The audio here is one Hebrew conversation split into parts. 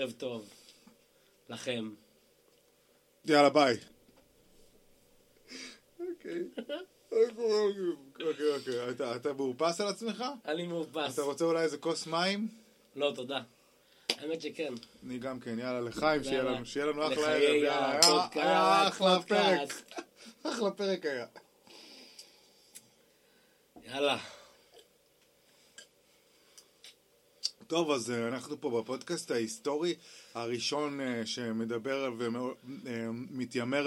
ערב טוב. לכם. יאללה, ביי. אוקיי. אוקיי. אתה מאופס על עצמך? אני מאופס. אתה רוצה אולי איזה כוס מים? לא, תודה. האמת שכן. אני גם כן, יאללה, לחיים, שיהיה לנו אחלה ערב. לחיי היה אחלה פרק. אחלה פרק היה. יאללה. טוב, אז אנחנו פה בפודקאסט ההיסטורי הראשון שמדבר ומתיימר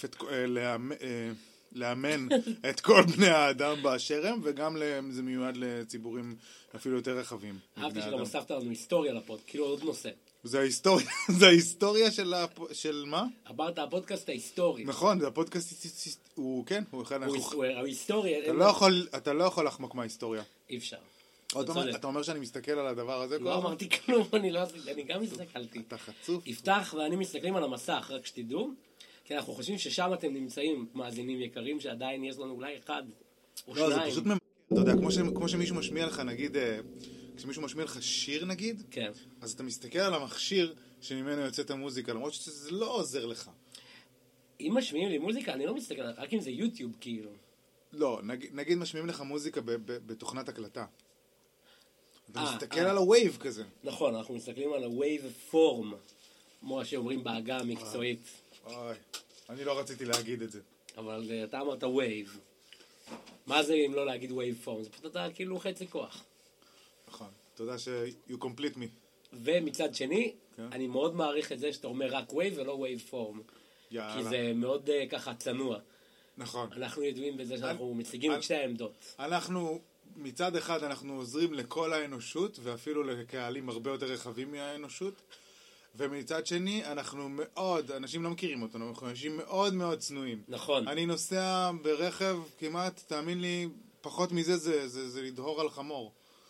לאמן את כל בני האדם באשר הם, וגם זה מיועד לציבורים אפילו יותר רחבים. אהבתי שגם הוספת לנו היסטוריה לפוד, כאילו עוד נושא. זה ההיסטוריה של מה? אמרת הפודקאסט ההיסטורי. נכון, זה הפודקאסט, הוא כן, הוא ההיסטוריה. אתה לא יכול לחמוק מההיסטוריה. אי אפשר. אתה אומר שאני מסתכל על הדבר הזה? לא אמרתי כלום, אני גם הסתכלתי. אתה חצוף. יפתח ואני מסתכלים על המסך, רק שתדעו, כי אנחנו חושבים ששם אתם נמצאים, מאזינים יקרים, שעדיין יש לנו אולי אחד או שניים. לא, זה פשוט אתה יודע, כמו שמישהו משמיע לך, נגיד, כשמישהו משמיע לך שיר, נגיד, כן. אז אתה מסתכל על המכשיר שממנו יוצאת המוזיקה, למרות שזה לא עוזר לך. אם משמיעים לי מוזיקה, אני לא מסתכל, רק אם זה יוטיוב, כאילו. לא, נגיד משמיעים לך מוזיקה בתוכנת הקלטה. אתה מסתכל על הווייב כזה. נכון, אנחנו מסתכלים על הווייב פורם, כמו שאומרים בעגה המקצועית. אוי, אני לא רציתי להגיד את זה. אבל אתה אמרת ווייב. מה זה אם לא להגיד ווייב פורם? זה פשוט אתה כאילו חצי כוח. נכון, תודה you complete me. ומצד שני, אני מאוד מעריך את זה שאתה אומר רק ווייב ולא ווייב פורם. כי זה מאוד ככה צנוע. נכון. אנחנו ידועים בזה שאנחנו מציגים את שתי העמדות. מצד אחד אנחנו עוזרים לכל האנושות, ואפילו לקהלים הרבה יותר רחבים מהאנושות, ומצד שני אנשים לא מכירים אותנו, אנחנו אנשים מאוד מאוד צנועים. נכון. אני נוסע ברכב כמעט, תאמין לי, פחות מזה זה לדהור על חמור.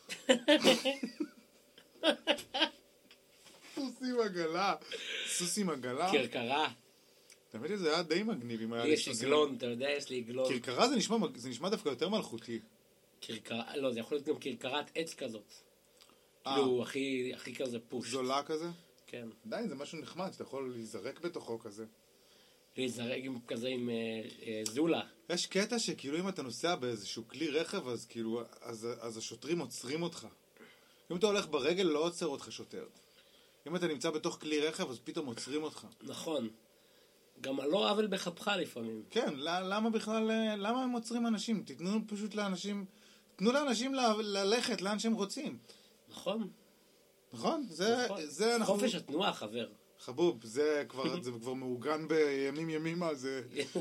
סוס עם עגלה. קרקרה. תאמין לי, זה היה די מגניב. יש עגלון, אתה יודע, יש לי עגלון. קרקרה זה נשמע דווקא יותר מלכותי. קרקרה, לא, זה יכול להיות גם קרקרת עץ כזאת. כאילו, הכי כזה פוש. זולה כזה? כן. עדיין זה משהו נחמד, שאתה יכול להיזרק בתוכו כזה. להיזרק כזה עם זולה. יש קטע שכאילו אם אתה נוסע באיזשהו כלי רכב, אז כאילו, אז השוטרים עוצרים אותך. אם אתה הולך ברגל, לא עוצר אותך שוטר. אם אתה נמצא בתוך כלי רכב, אז פתאום עוצרים אותך. נכון. גם לא עוול בחפך לפעמים. כן, למה הם עוצרים אנשים? תתנו פשוט לאנשים, תנו לאנשים ללכת לאן שהם רוצים. נכון. נכון? זה אנחנו... חופש התנועה, חבר. חבוב, זה כבר מעוגן בימים ימימה, זה...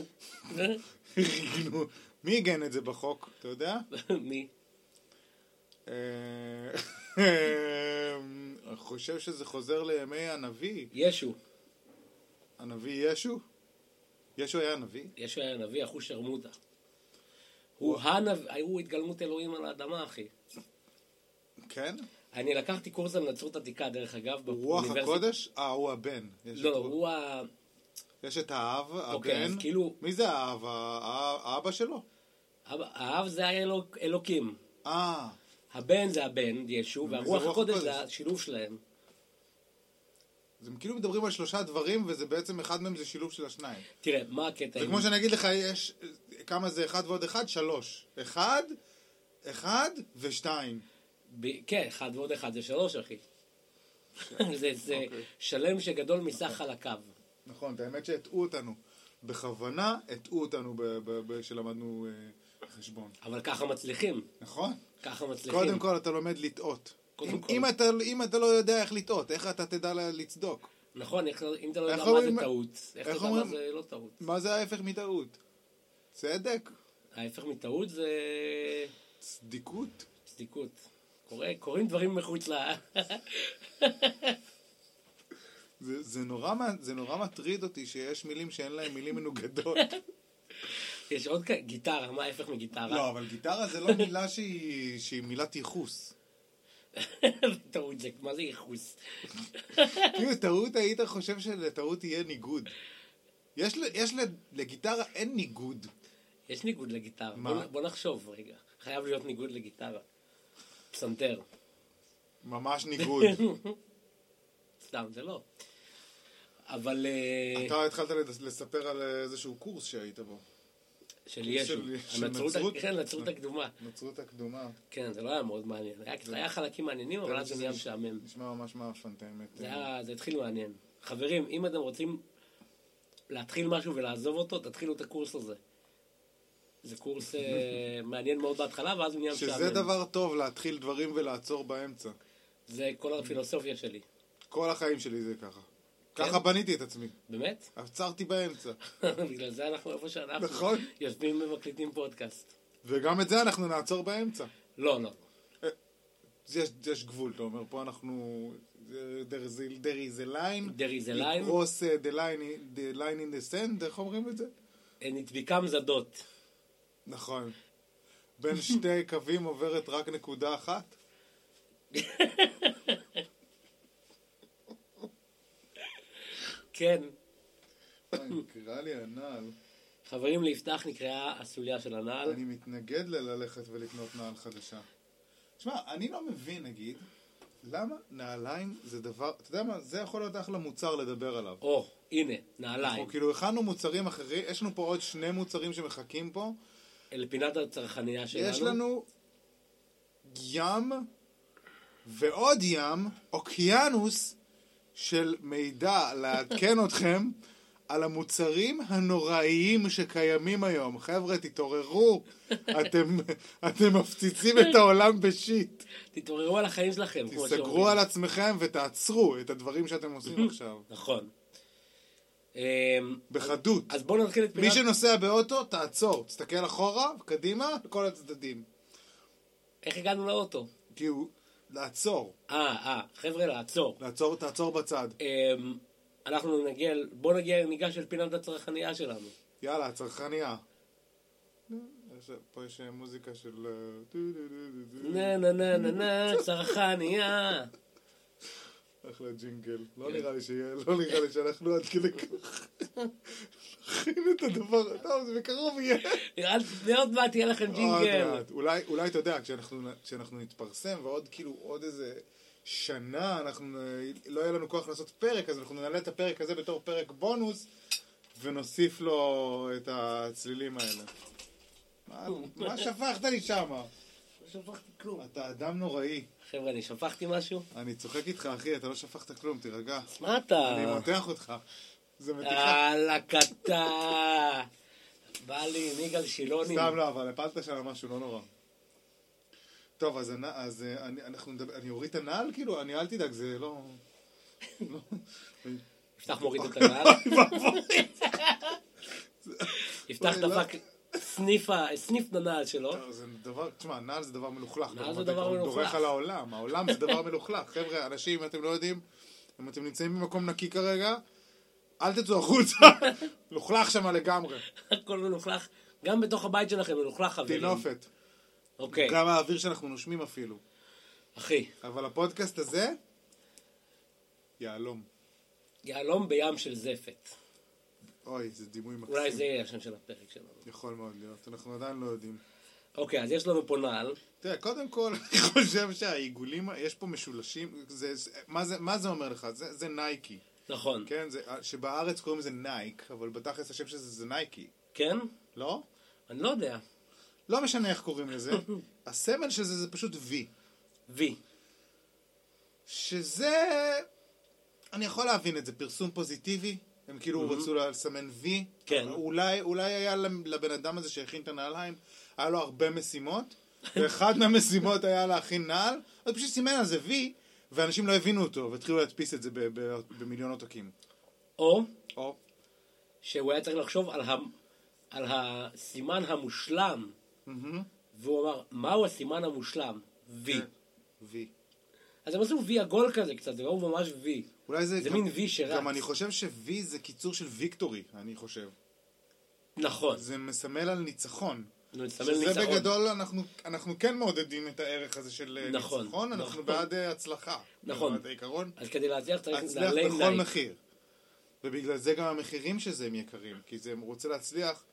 מי הגן את זה בחוק, אתה יודע? מי? אני חושב שזה חוזר לימי הנביא. ישו. הנביא ישו? ישו היה נביא? ישו היה נביא, אחו שרמוטה. הוא התגלמות אלוהים על האדמה, אחי. כן? אני לקחתי קורס על נצרות עתיקה, דרך אגב, רוח הקודש? הוא הבן. לא, הוא יש את האב, אוקיי, הבן. אז כאילו... מי זה האב? האבא שלו? האב זה היה אלוקים. אה. הבן זה הבן, ישו, והרוח הקודש זה השילוב שלהם. אז הם כאילו מדברים על 3 דברים, וזה בעצם אחד מהם זה שילוב של השניים. תראה, מה הקטע? זה כמו שאני אגיד לך, יש כמה זה 1 ועוד 1? 3. 1 ו2. כן, 1 ועוד 1 זה 3, אחי. זה שלם שגדול מסך חלקיו. נכון, האמת שהטעו אותנו. בכוונה הטעו אותנו שלמדנו חשבון. אבל ככה מצליחים. נכון. ככה מצליחים. קודם כל אתה לומד לטעות. אם אתה לא יודע איך לטעות, איך אתה תדע לצדוק? נכון, אם אתה לא יודע מה זה טעות, איך אתה יודע מה זה לא טעות? מה זה ההפך מטעות? צדק? ההפך מטעות זה... צדיקות. צדיקות. קוראים דברים מחוץ זה נורא מטריד אותי שיש מילים שאין להם מילים מנוגדות. יש עוד גיטרה, מה ההפך מגיטרה? לא, אבל גיטרה זה לא מילה שהיא מילת ייחוס. טעות זה, מה זה ייחוס? כאילו, טעות היית חושב שלטעות יהיה ניגוד. לגיטרה אין ניגוד. יש ניגוד לגיטרה. בוא נחשוב רגע. חייב להיות ניגוד לגיטרה. פסנתר. ממש ניגוד. סתם, זה לא. אבל... אתה התחלת לספר על איזשהו קורס שהיית בו. של ישו. של נצרות? כן, נצרות הקדומה. נצרות הקדומה. כן, זה לא היה מאוד מעניין. היה חלקים מעניינים, אבל אז זה נהיה משעמם. נשמע ממש מהפנטמת. זה התחיל מעניין. חברים, אם אתם רוצים להתחיל משהו ולעזוב אותו, תתחילו את הקורס הזה. זה קורס מעניין מאוד בהתחלה, ואז הוא נהיה משעמם. שזה דבר טוב, להתחיל דברים ולעצור באמצע. זה כל הפילוסופיה שלי. כל החיים שלי זה ככה. ככה בניתי את עצמי. באמת? עצרתי באמצע. בגלל זה אנחנו איפה שאנחנו. נכון. יושבים ומקליטים פודקאסט. וגם את זה אנחנו נעצור באמצע. לא. יש גבול, אתה אומר, פה אנחנו... there is a line. There is a line. cross the line in the sand, איך אומרים את זה? And it becomes a dot. נכון. בין שתי קווים עוברת רק נקודה אחת. כן. נקרא לי הנעל. חברים, ליפתח נקראה הסוליה של הנעל. אני מתנגד ללכת ולקנות נעל חדשה. תשמע, אני לא מבין, נגיד, למה נעליים זה דבר, אתה יודע מה, זה יכול להיות אחלה מוצר לדבר עליו. הנה, נעליים. אנחנו כאילו הכנו מוצרים אחרים, יש לנו פה עוד 2 מוצרים שמחכים פה. לפינת הצרכנייה שלנו. יש לנו ים ועוד ים, אוקיינוס של מידע לעדכן אתכם על המוצרים הנוראיים שקיימים היום. חבר'ה, תתעוררו. אתם מפציצים את העולם בשיט. תתעוררו על החיים שלכם. תסגרו על עצמכם ותעצרו את הדברים שאתם עושים עכשיו. נכון. בחדות. אז בואו נתחיל את פינת... מי שנוסע באוטו, תעצור. תסתכל אחורה, קדימה, לכל הצדדים. איך הגענו לאוטו? כי הוא... לעצור. חבר'ה, לעצור. תעצור בצד. אנחנו ניגש אל פינת הצרכנייה שלנו. יאללה, הצרכנייה. פה יש מוזיקה של... צרכנייה. אחלה ג'ינגל. לא נראה לי שאנחנו עד כדי כך. נכין את הדבר, טוב, זה בקרוב יהיה. ועוד מעט יהיה לכם ג'ינגל. אולי אתה יודע, כשאנחנו נתפרסם ועוד כאילו עוד איזה שנה, לא יהיה לנו כוח לעשות פרק, אז אנחנו נעלה את הפרק הזה בתור פרק בונוס, ונוסיף לו את הצלילים האלה. מה שפכת לי שמה? לא שפכתי כלום. אתה אדם נוראי. חבר'ה, אני שפכתי משהו? אני צוחק איתך, אחי, אתה לא שפכת כלום, תירגע. מה אתה? אני מותח אותך. זה מתיחה. לקטה. בא לי ניגל שילוני. סתם לא, אבל הפלת שם משהו, לא נורא. טוב, אז אני אוריד את הנעל, כאילו, אל תדאג, זה לא... יפתח מוריד את הנעל. יפתח דפק סניף נעל שלו. זה דבר, תשמע, נעל זה דבר מלוכלך. נעל זה דבר מלוכלך. דורך על העולם. העולם זה דבר מלוכלך. חבר'ה, אנשים, אם אתם לא יודעים, אם אתם נמצאים במקום נקי כרגע, אל תצאו החוצה. מלוכלך שם לגמרי. הכל מלוכלך. גם בתוך הבית שלכם מלוכלך, חברים. תינופת. אוקיי. גם האוויר שאנחנו נושמים אפילו. אחי. אבל הפודקאסט הזה, יעלום. יעלום בים של זפת. אוי, זה דימוי מקסים. אולי זה יהיה השם של הפרק שלנו. יכול מאוד להיות, אנחנו עדיין לא יודעים. אוקיי, אז יש לנו פה נעל. תראה, קודם כל, אני חושב שהעיגולים, יש פה משולשים, מה זה אומר לך? זה נייקי. נכון. כן, שבארץ קוראים לזה נייק, אבל בתכלס השם שזה זה נייקי. כן? לא? אני לא יודע. לא משנה איך קוראים לזה. הסמל של זה פשוט V. V. שזה... אני יכול להבין את זה, פרסום פוזיטיבי. הם כאילו רצו לסמן V. כן. אולי היה לבן אדם הזה שהכין את הנעליים, היה לו הרבה משימות, ואחד מהמשימות היה להכין נעל, אז פשוט סימן על זה V, ואנשים לא הבינו אותו, והתחילו להדפיס את זה במיליון עותקים. או שהוא היה צריך לחשוב על הסימן המושלם, והוא אמר, מהו הסימן המושלם? V. V. אז הם עשו V עגול כזה קצת, זה לא ממש V. אולי זה מין V שרץ. גם אני חושב ש-V זה קיצור של ויקטורי, אני חושב. נכון. זה מסמל על ניצחון. שזה בגדול אנחנו כן מעודדים את הערך הזה של ניצחון, אנחנו בעד הצלחה. נכון. בעד העיקרון. אז כדי להצליח צריך להצליח בכל מחיר. ובגלל זה גם המחירים שזה הם יקרים, כי זה רוצה להצליח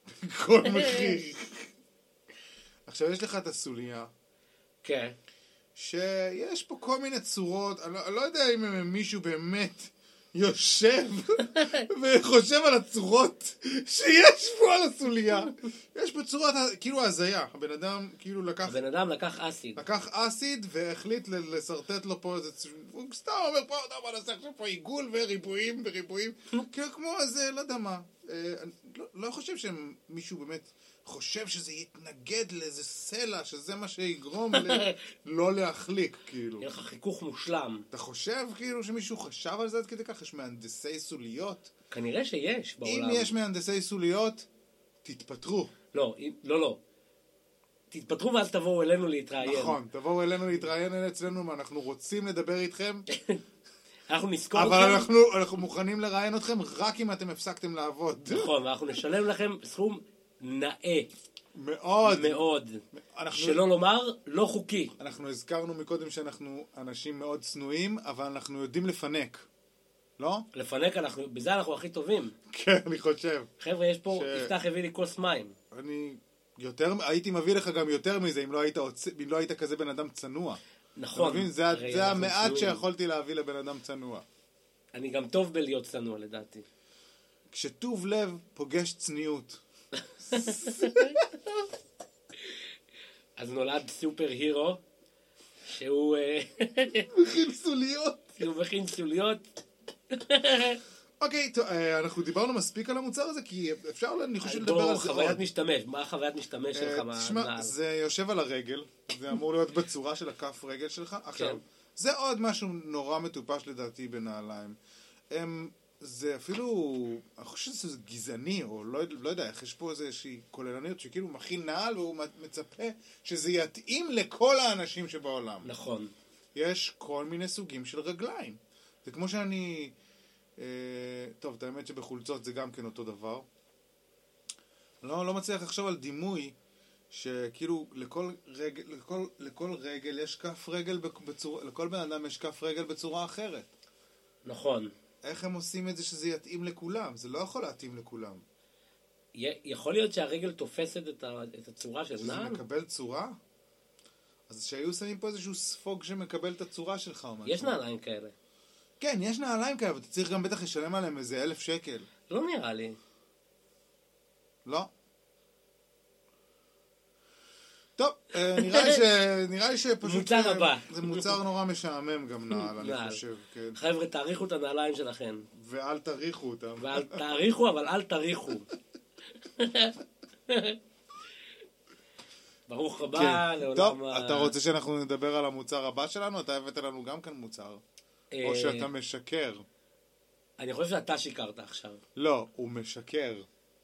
בכל מחיר. עכשיו יש לך את הסוליה. כן. שיש פה כל מיני צורות, אני לא יודע אם מישהו באמת יושב וחושב על הצורות שיש פה על הסוליה. יש פה צורות כאילו הזיה. הבן אדם לקח אסיד והחליט לסרטט לו פה איזה... הוא סתם אומר פה, מה נעשה עכשיו פה עיגול וריבועים וריבועים. כמו איזה, לא יודע מה. לא חושב שמישהו באמת חושב שזה יתנגד לאיזה סלע, שזה מה שיגרום לא להחליק, כאילו. יהיה לך חיכוך מושלם. אתה חושב כאילו שמישהו חשב על זה עד כדי כך? יש מהנדסי סוליות? כנראה שיש בעולם. אם יש מהנדסי סוליות, תתפטרו. לא. תתפטרו ואז תבואו אלינו להתראיין. נכון, תבואו אלינו להתראיין אצלנו, אנחנו רוצים לדבר איתכם. אנחנו נזכור אתכם. אבל אנחנו מוכנים לראיין אתכם רק אם אתם הפסקתם לעבוד. נכון, ואנחנו נשלם לכם סכום נאה. מאוד. מאוד. שלא לומר, לא חוקי. אנחנו הזכרנו מקודם שאנחנו אנשים מאוד צנועים, אבל אנחנו יודעים לפנק. לא? לפנק, בזה אנחנו הכי טובים. כן, אני חושב. חבר'ה, יש פה, יפתח הביא לי כוס מים. הייתי מביא לך גם יותר מזה, אם לא היית כזה בן אדם צנוע. נכון. זה המעט שיכולתי להביא לבן אדם צנוע. אני גם טוב בלהיות צנוע, לדעתי. כשטוב לב פוגש צניעות. אז נולד סופר הירו, שהוא... מכין סוליות. הוא מכין סוליות. אוקיי, אנחנו דיברנו מספיק על המוצר הזה, כי אפשר, אני חושב, לדבר על זה עוד. חוויית משתמש, מה החוויית משתמש שלך? תשמע, זה יושב על הרגל, זה אמור להיות בצורה של הכף רגל שלך. עכשיו, זה עוד משהו נורא מטופש לדעתי בנעליים. זה אפילו, אני חושב שזה גזעני, או לא יודע, איך יש פה איזושהי כוללניות שכאילו מכין נעל והוא מצפה שזה יתאים לכל האנשים שבעולם. נכון. יש כל מיני סוגים של רגליים. זה כמו שאני... טוב, את האמת שבחולצות זה גם כן אותו דבר. לא מצליח לחשוב על דימוי שכאילו לכל רגל יש כף רגל בצורה, לכל בן אדם יש כף רגל בצורה אחרת. נכון. איך הם עושים את זה שזה יתאים לכולם? זה לא יכול להתאים לכולם. יכול להיות שהרגל תופסת את הצורה של נעל? שזה מקבל צורה? אז שהיו שמים פה איזשהו ספוג שמקבל את הצורה שלך או משהו. יש נעליים כאלה. כן, יש נעליים כאלה, אבל אתה צריך גם בטח לשלם עליהם איזה 1,000 שקל. לא נראה לי. לא. טוב, נראה לי שפשוט... מוצר הבא. זה מוצר נורא משעמם גם נעל, אני חושב. כן. חבר'ה, תאריכו את הנעליים שלכם. ואל תאריכו אותם. תאריכו, אבל אל תאריכו. ברוך הבא לעולם טוב, אתה רוצה שאנחנו נדבר על המוצר הבא שלנו? אתה הבאת לנו גם כאן מוצר. או שאתה משקר. אני חושב שאתה שיקרת עכשיו. לא, הוא משקר.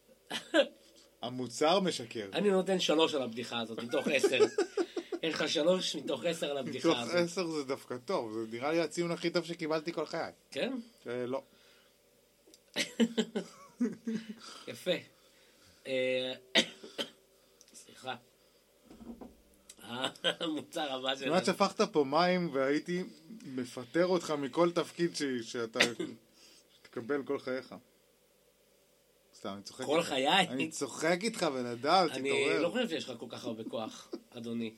המוצר משקר. אני נותן 3 על הבדיחה הזאת, מתוך 10. יש לך 3 מתוך 10 על הבדיחה הזאת. מתוך 10 זה דווקא טוב. זה נראה לי הציון הכי טוב שקיבלתי כל חיי. כן? לא. יפה. סליחה. המוצר הבא שלנו. כמעט שפכת פה מים והייתי מפטר אותך מכל תפקיד שאתה תקבל כל חייך. סתם, אני צוחק. כל חיי? אני צוחק איתך בן אדם, תתעורר. אני לא חושב שיש לך כל כך הרבה כוח, אדוני.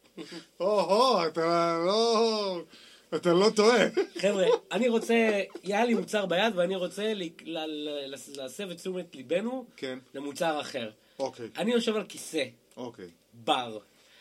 אתה לא טועה. חבר'ה, אני רוצה, היה לי מוצר ביד ואני רוצה להסב את תשומת ליבנו למוצר אחר. אוקיי. אני יושב על כיסא. אוקיי. בר.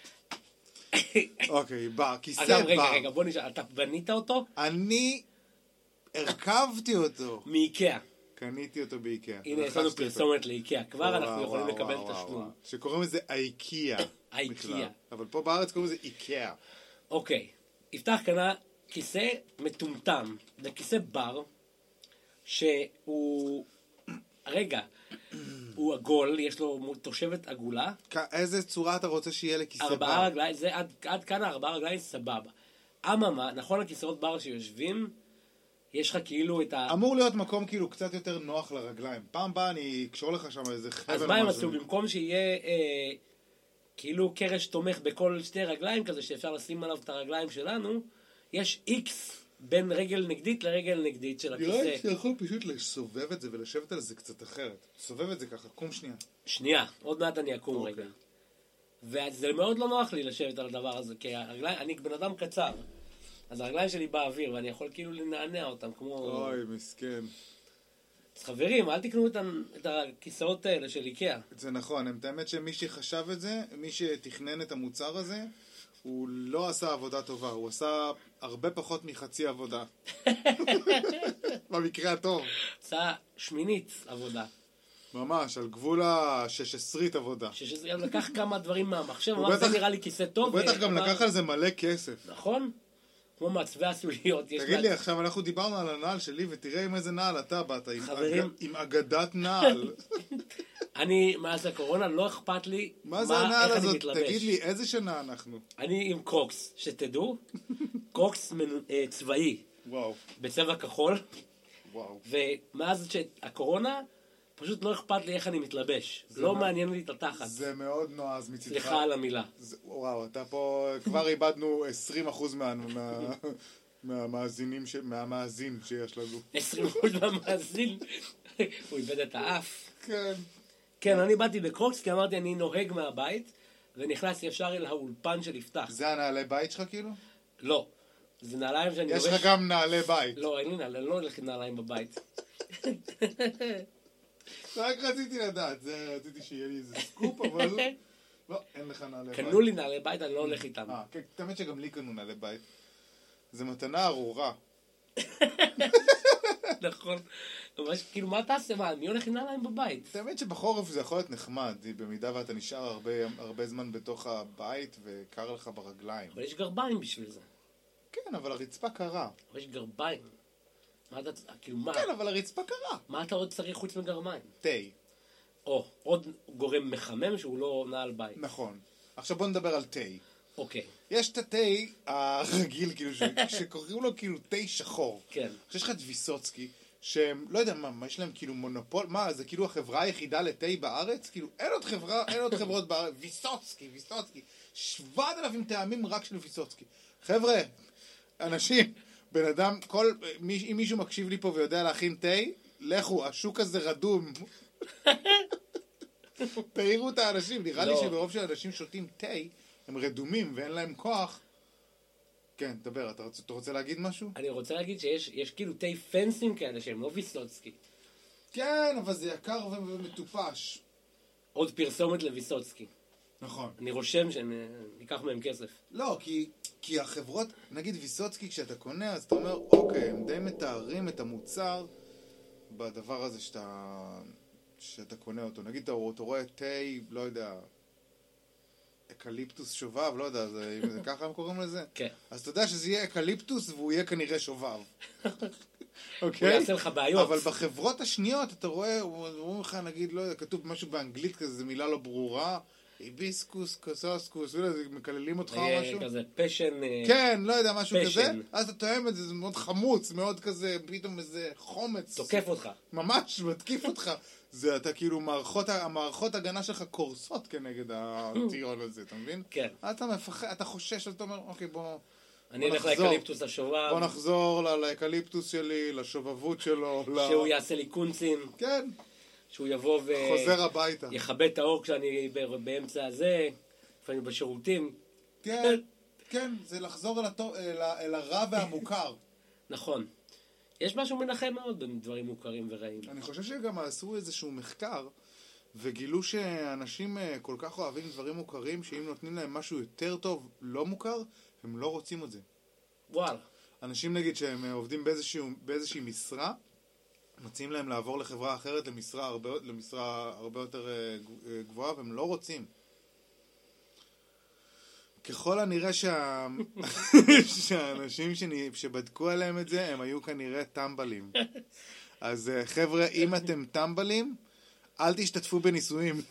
אוקיי, בר. כיסא בר. רגע, בוא נשאל, אתה בנית אותו? אני הרכבתי אותו. מאיקאה. קניתי אותו באיקאה. הנה, יש לנו פרסומת לאיקאה. כבר אנחנו יכולים לקבל תשלום. שקוראים לזה אייקאה. אייקאה. אבל פה בארץ קוראים לזה איקאה. אוקיי. יפתח קנה כיסא מטומטם. זה כיסא בר, שהוא... רגע. הוא עגול, יש לו תושבת עגולה. איזה צורה אתה רוצה שיהיה לכיסא בר? 4 רגליים, זה עד כאן 4 רגליים סבבה. אממה, נכון הכיסאות בר שיושבים, יש לך כאילו את ה... אמור להיות מקום כאילו קצת יותר נוח לרגליים. פעם באה אני אקשור לך שם איזה חבל. אז מה הם עשו? במקום שיהיה כאילו קרש תומך בכל 2 רגליים כזה שאפשר לשים עליו את הרגליים שלנו, יש איקס בין רגל נגדית לרגל נגדית של הכיסא. נראה לי שיכול פשוט לסובב את זה ולשבת על זה קצת אחרת. סובב את זה ככה, קום שנייה. שנייה, עוד מעט אני אקום רגע. וזה מאוד לא נוח לי לשבת על הדבר הזה, כי אני בן אדם קצר, אז הרגליים שלי באוויר, ואני יכול כאילו לנענע אותם, כמו... אוי, מסכן. אז חברים, אל תקנו את הכיסאות האלה של איקאה. זה נכון, האמת שמי שחשב את זה, מי שתכנן את המוצר הזה, הוא לא עשה עבודה טובה, הוא עשה הרבה פחות מחצי עבודה. במקרה הטוב. עשה שמינית עבודה. ממש, על גבול ה-16 עבודה. לקח כמה דברים מהמחשב, אמר זה נראה לי כיסא טוב. הוא בטח גם לקח על זה מלא כסף. נכון? כמו מעצבי הסוליות. תגיד לי, עכשיו אנחנו דיברנו על הנעל שלי, ותראה עם איזה נעל אתה באת, עם אגדת נעל. אני, מאז הקורונה, לא אכפת לי מה זה הנעל הזאת? תגיד לי, איזה שנה אנחנו? אני עם קרוקס, שתדעו, קרוקס צבאי. וואו. בצבע כחול. וואו. ומאז הקורונה, פשוט לא אכפת לי איך אני מתלבש. לא מעניין לי את התחת. זה מאוד נועז מצדך. סליחה על המילה. וואו, אתה פה, כבר איבדנו 20% מהמאזין שיש לנו. 20% מהמאזין? הוא איבד את האף. כן. כן, אני באתי בקרוקס, כי אמרתי, אני נוהג מהבית, ונכנסתי ישר אל האולפן של יפתח. זה הנעלי בית שלך כאילו? לא. זה נעליים שאני יש לך גם נעלי בית. לא, אין לי נעליים, אני לא הולך עם נעליים בבית. רק רציתי לדעת, רציתי שיהיה לי איזה סקופ, אבל לא, אין לך נעלי בית. קנו לי נעלי בית, אני לא הולך איתם. כן, תאמת שגם לי קנו נעלי בית. זה מתנה ארורה. נכון. ממש, כאילו, מה תעשה? מי הולך עם נעליים בבית? תאמת שבחורף זה יכול להיות נחמד, במידה ואתה נשאר הרבה זמן בתוך הבית וקר לך ברגליים. אבל יש גרביים בשביל זה. כן, אבל הרצפה קרה. אבל יש גרביים. מה אתה, כאילו מה? כן, אבל הרצפה קרה. מה אתה עוד צריך חוץ מגרביים? תה. או, עוד גורם מחמם שהוא לא נעל בית. נכון. עכשיו בוא נדבר על תה. אוקיי. יש את התה הרגיל, כאילו, שקוראים לו כאילו תה שחור. כן. יש לך את ויסוצקי, שהם, לא יודע מה, יש להם כאילו מונופול, מה, זה כאילו החברה היחידה לתה בארץ? כאילו, אין עוד חברות בארץ, ויסוצקי. 7,000 טעמים רק של ויסוצקי. חבר'ה, אנשים, בן אדם, אם מישהו מקשיב לי פה ויודע להכין תה, לכו, השוק הזה רדום. תראירו את האנשים, נראה לי שברוב של אנשים שותים תה, הם רדומים ואין להם כוח. כן, דבר, אתה רוצה להגיד משהו? אני רוצה להגיד שיש כאילו תה פנסים כאלה שהם לא ויסוצקי. כן, אבל זה יקר ומטופש. עוד פרסומת לויסוצקי. נכון. אני רושם שניקח מהם כסף. לא, כי החברות, נגיד ויסוצקי, כשאתה קונה, אז אתה אומר, אוקיי, הם די מתארים את המוצר בדבר הזה שאתה קונה אותו. נגיד, אתה רואה תה, לא יודע, אקליפטוס שובב, לא יודע, אם זה ככה הם קוראים לזה? כן. אז אתה יודע שזה יהיה אקליפטוס והוא יהיה כנראה שובב. הוא יעשה לך בעיות. אבל בחברות השניות, אתה רואה, הוא אומר לך, נגיד, לא יודע, כתוב משהו באנגלית כזה, זו מילה לא ברורה, היביסקוס, קוסוסקוס, מקללים אותך או משהו? כזה פשן. כן, לא יודע, משהו כזה. אז אתה תואם את זה, זה מאוד חמוץ, מאוד כזה, פתאום איזה חומץ. תוקף אותך. ממש, מתקיף אותך. זה אתה כאילו, המערכות הגנה שלך קורסות כנגד הטיול הזה, אתה מבין? כן. אתה מפחד, אתה חושש, אתה אומר, אוקיי, בוא אני אלך לאקליפטוס השובב. בוא נחזור לאקליפטוס שלי, לשובבות שלו. שהוא יעשה לי קונצים. כן. שהוא יבוא חוזר הביתה. יכבה את האור כשאני באמצע הזה, לפעמים בשירותים. כן, כן, זה לחזור אל הרע והמוכר. נכון. יש משהו מנחם מאוד בדברים מוכרים ורעים. אני חושב שגם עשו איזשהו מחקר, וגילו שאנשים כל כך אוהבים דברים מוכרים, שאם נותנים להם משהו יותר טוב, לא מוכר, הם לא רוצים את זה. וואלה. אנשים נגיד שהם עובדים באיזושהי משרה, מציעים להם לעבור לחברה אחרת למשרה הרבה יותר גבוהה, והם לא רוצים. ככל הנראה שהאנשים שבדקו עליהם את זה, הם היו כנראה טמבלים. אז חבר'ה, אם אתם טמבלים, אל תשתתפו בניסויים.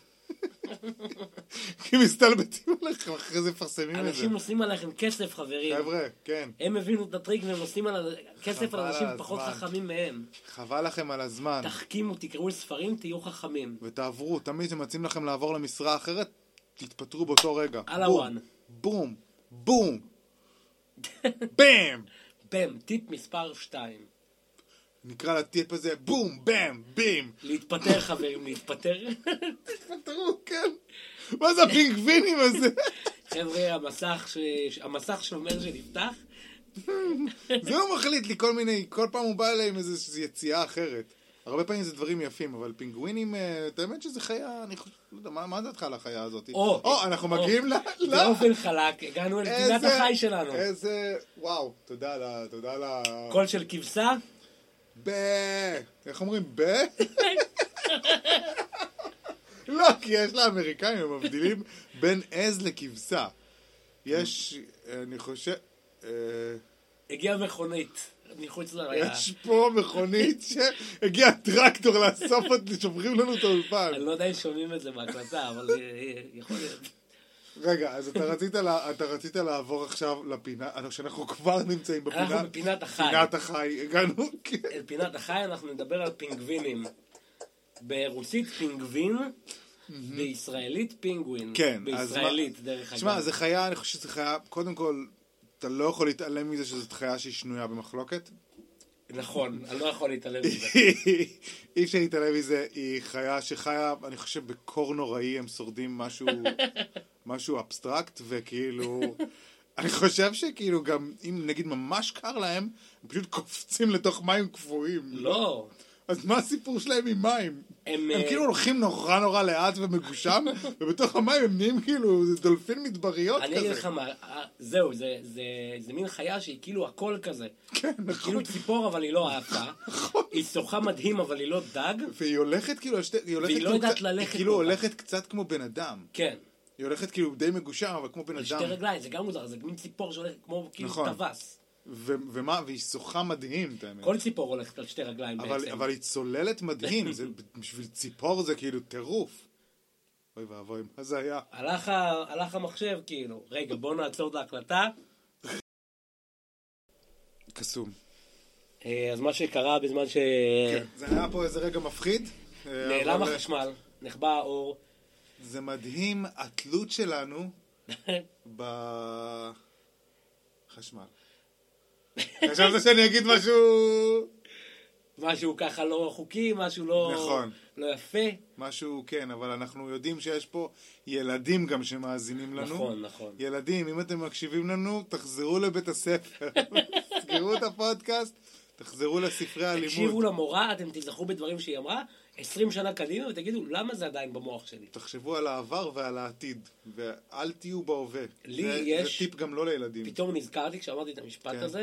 כי מסתלבטים עליכם, אחרי זה פרסמים את זה. אנשים נושאים עליכם כסף, חברים. חבר'ה, כן. הם הבינו את הטריק והם נושאים על כסף על אנשים פחות חכמים מהם. חבל לכם על הזמן. תחכימו, תקראו ספרים, תהיו חכמים. ותעברו, תמיד שמציעים לכם לעבור למשרה אחרת, תתפטרו באותו רגע. על הוואן. בום, בום, בם. בם, טיפ מספר 2. נקרא לטיפ הזה בום, בם, בים. להתפטר חברים, להתפטר. תתפטרו, כן. מה זה הפינגווינים הזה? חבר'ה, המסך שאומר שנפתח. זה הוא מחליט לי כל מיני, כל פעם הוא בא אליי עם איזו יציאה אחרת. הרבה פעמים זה דברים יפים, אבל פינגווינים, את האמת שזה חיה, אני חושב, לא יודע, מה דעתך על החיה הזאת? אנחנו מגיעים באופן חלק, הגענו אל פינת החי שלנו. איזה, וואו, תודה על ה... קול של כבשה? איך אומרים? לא, כי יש לאמריקאים, הם מבדילים בין עז לכבשה. יש, אני חושב... הגיעה מכונית. מחוץ לרעייה. יש פה מכונית שהגיע טרקטור לאסוף אותי, שופכים לנו את האולפן. אני לא יודע אם שומעים את זה בהקלטה, אבל יכול להיות. רגע, אז אתה רצית לעבור עכשיו לפינה, שאנחנו כבר נמצאים בפינה. אנחנו בפינת החי. פינת החי, הגענו. פינת החי אנחנו נדבר על פינגווינים. ברוסית פינגווין, בישראלית פינגווין. כן. בישראלית, דרך אגב. תשמע, זה חיה, אני חושב שזה חיה, קודם כל, אתה לא יכול להתעלם מזה שזאת חיה שהיא שנויה במחלוקת. נכון, אני לא יכול להתעלם מזה. אי אפשר להתעלם מזה, היא חיה שחיה, אני חושב, בקור נוראי, הם שורדים משהו אבסטרקט, וכאילו, אני חושב שכאילו גם, אם נגיד ממש קר להם, הם פשוט קופצים לתוך מים קפואים. לא. אז מה הסיפור שלהם עם מים? הם כאילו הולכים נורא לאט ומגושם, ובתוך המים הם נהיים כאילו דולפין מדבריות כזה. אני אגיד לך מה, זהו, זה מין חיה שהיא כאילו הכל כזה. כן, נכון. היא כאילו ציפור אבל היא לא עפה. היא שוחה מדהים אבל היא לא דג. והיא הולכת כאילו, והיא לא יודעת ללכת. היא כאילו הולכת קצת כמו בן אדם. כן. היא הולכת כאילו די מגושם, אבל כמו בן אדם. שתי רגליים, זה גם מוזר, זה מין ציפור שהולכת כמו כאילו טווס. והיא שוחה מדהים, את האמת. כל ציפור הולכת על שתי רגליים בעצם. אבל היא צוללת מדהים, בשביל ציפור זה כאילו טירוף. אוי ואבוי, מה זה היה? הלך המחשב כאילו. רגע, בוא נעצור את ההקלטה. קסום. אז מה שקרה בזמן ש... זה היה פה איזה רגע מפחיד. נעלם החשמל, נחבא האור. זה מדהים, התלות שלנו בחשמל. חשבת שאני אגיד משהו ככה לא חוקי, משהו לא... נכון. לא יפה. משהו, כן, אבל אנחנו יודעים שיש פה ילדים גם שמאזינים לנו. נכון. ילדים, אם אתם מקשיבים לנו, תחזרו לבית הספר. תסגרו את הפודקאסט, תחזרו לספרי הלימוד. תקשיבו למורה, אתם תזכרו בדברים שהיא אמרה, 20 שנה קדימה, ותגידו, למה זה עדיין במוח שלי? תחשבו על העבר ועל העתיד, ואל תהיו בהווה. לי יש... זה טיפ גם לא לילדים. פתאום נזכרתי כשאמרתי את המשפט הזה,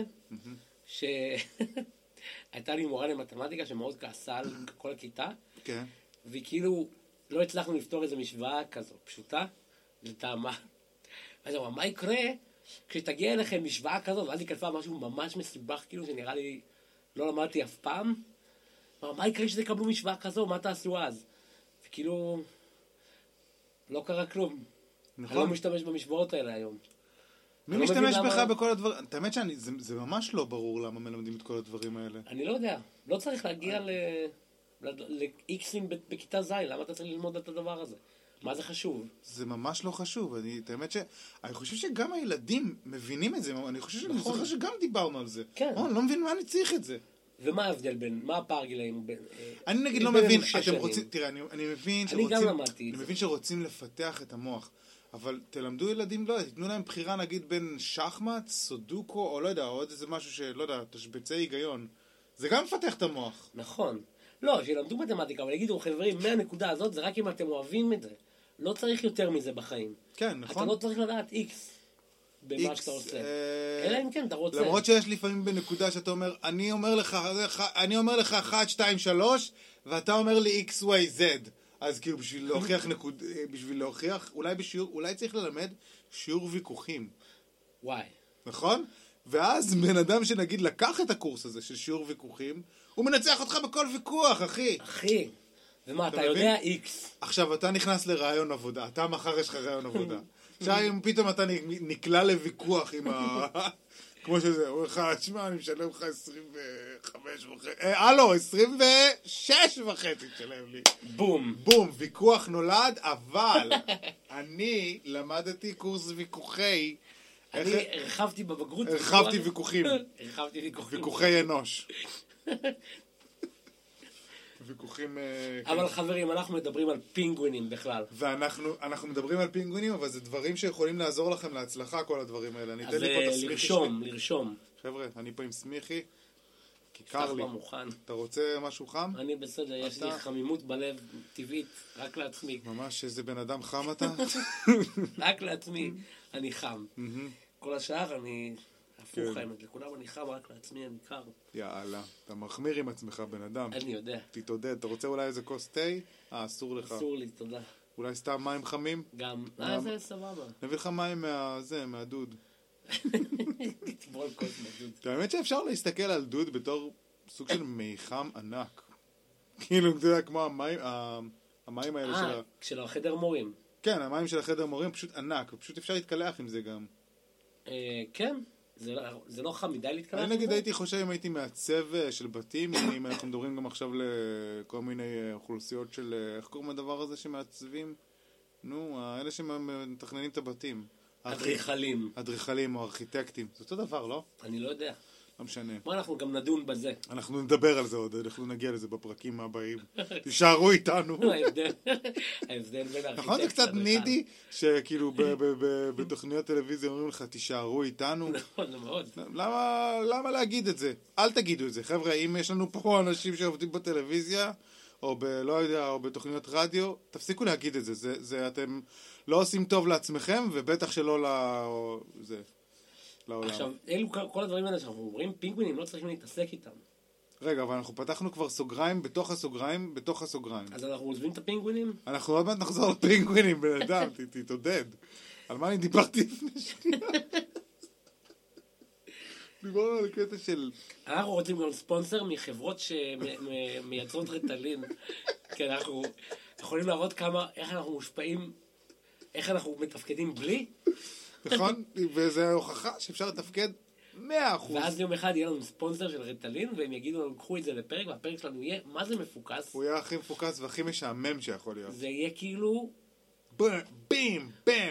שהייתה לי מורה למתמטיקה שמאוד כעסה על כל הכיתה, וכאילו לא הצלחנו לפתור איזו משוואה כזו פשוטה, לטעמה. אז אמרה, מה יקרה כשתגיע אליכם משוואה כזו, ואז היא כתבה משהו ממש מסובך, כאילו שנראה לי לא למדתי אף פעם. מה יקרה שזה יקבלו משוואה כזו? מה תעשו אז? וכאילו, לא קרה כלום. אני לא משתמש במשוואות האלה היום. מי משתמש בך בכל הדברים? את האמת שזה ממש לא ברור למה מלמדים את כל הדברים האלה. אני לא יודע. לא צריך להגיע לאיקסים בכיתה ז', למה אתה צריך ללמוד את הדבר הזה? מה זה חשוב? זה ממש לא חשוב. את האמת אני חושב שגם הילדים מבינים את זה. אני חושב שגם דיברנו על זה. כן. אני לא מבין מה אני צריך את זה. ומה ההבדל בין, מה הפער גילאים בין... אני נגיד לא מבין, אתם רוצים, תראה, אני מבין שרוצים לפתח את המוח, אבל תלמדו ילדים, לא יודע, תתנו להם בחירה נגיד בין שחמט, סודוקו, או לא יודע, או עוד איזה משהו שלא יודע, תשבצי היגיון. זה גם מפתח את המוח. נכון. לא, שילמדו מתמטיקה, אבל יגידו, חברים, מהנקודה הזאת זה רק אם אתם אוהבים את זה. לא צריך יותר מזה בחיים. כן, נכון. אתה לא צריך לדעת איקס. במה שאתה עושה. אלא אם כן, אתה רוצה. למרות שיש לפעמים בנקודה שאתה אומר, אני אומר לך 1, 2, 3, ואתה אומר לי X, Y, Z. אז כאילו בשביל להוכיח, אולי צריך ללמד שיעור ויכוחים. וואי. נכון? ואז בן אדם שנגיד לקח את הקורס הזה של שיעור ויכוחים, הוא מנצח אותך בכל ויכוח, אחי. אחי. ומה, אתה יודע X. עכשיו, אתה נכנס לרעיון עבודה. אתה מחר יש לך רעיון עבודה. עכשיו, אם פתאום אתה נקלע לוויכוח עם כמו שזה, הוא אומר לך, תשמע, אני משלם לך 26 וחצי תשלם לי. בום. בום, ויכוח נולד, אבל אני למדתי קורס ויכוחי. אני הרחבתי בבגרות. הרחבתי ויכוחים. הרחבתי ויכוחים. ויכוחי אנוש. ויכוחים... אבל חברים, אנחנו מדברים על פינגווינים בכלל. ואנחנו מדברים על פינגווינים, אבל זה דברים שיכולים לעזור לכם להצלחה, כל הדברים האלה. אני אתן לי פה את הסמיכי שלי. לרשום. חבר'ה, אני פה עם סמיכי, כי קר לי. מוכן. אתה רוצה משהו חם? אני בסדר, יש לי חמימות בלב טבעית, רק לעצמי. ממש איזה בן אדם חם אתה? רק לעצמי, אני חם. כל השאר אני... הפוך האמת, לכולם אני חם, רק לעצמי אני קר. יאללה, אתה מחמיר עם עצמך בן אדם. אני יודע. תתעודד, אתה רוצה אולי איזה כוס תה? אסור לך. אסור לי, תודה. אולי סתם מים חמים? גם, זה סבבה. נביא לך מים מהדוד. תטבול כוס מהדוד. האמת שאפשר להסתכל על דוד בתור סוג של מיחם ענק. כאילו, אתה יודע, כמו המים האלה של החדר מורים. כן, המים של החדר מורים פשוט ענק, ופשוט אפשר להתקלח עם זה גם. כן. זה לא חם מדי להתקלח? אני נגיד הייתי חושב אם הייתי מעצב של בתים, אם אנחנו מדברים גם עכשיו לכל מיני אוכלוסיות של, איך קוראים לדבר הזה שמעצבים? נו, אלה שמתכננים את הבתים. אדריכלים או ארכיטקטים. זה אותו דבר, לא? אני לא יודע. לא משנה. מה, אנחנו גם נדון בזה. אנחנו נדבר על זה עוד, אנחנו נגיע לזה בפרקים הבאים. תישארו איתנו. ההבדל בין הארכיטקט. נכון, זה קצת נידי, שכאילו בתוכניות טלוויזיה אומרים לך, תישארו איתנו. נכון, זה מאוד. למה להגיד את זה? אל תגידו את זה. חבר'ה, אם יש לנו פה אנשים שעובדים בטלוויזיה, או לא יודע, או בתוכניות רדיו, תפסיקו להגיד את זה. זה אתם לא עושים טוב לעצמכם, ובטח שלא זה. עכשיו, אלו כל הדברים האלה שאנחנו אומרים, פינגווינים לא צריכים להתעסק איתם. רגע, אבל אנחנו פתחנו כבר סוגריים בתוך הסוגריים בתוך הסוגריים. אז אנחנו עוזבים את הפינגווינים? אנחנו עוד מעט נחזור לפינגווינים, בן אדם, תתעודד. על מה אני דיברתי לפני שנייה? דיברנו על קטע של... אנחנו רוצים גם ספונסר מחברות שמייצרות רטלין. כי אנחנו יכולים להראות איך אנחנו מושפעים, איך אנחנו מתפקדים בלי. נכון? וזו הוכחה שאפשר לתפקד 100%. ואז יום אחד יהיה לנו ספונסר של רטלין, והם יגידו לנו, קחו את זה לפרק, והפרק שלנו יהיה, מה זה מפוקס? הוא יהיה הכי מפוקס והכי משעמם שיכול להיות. זה יהיה כאילו... בים, בם.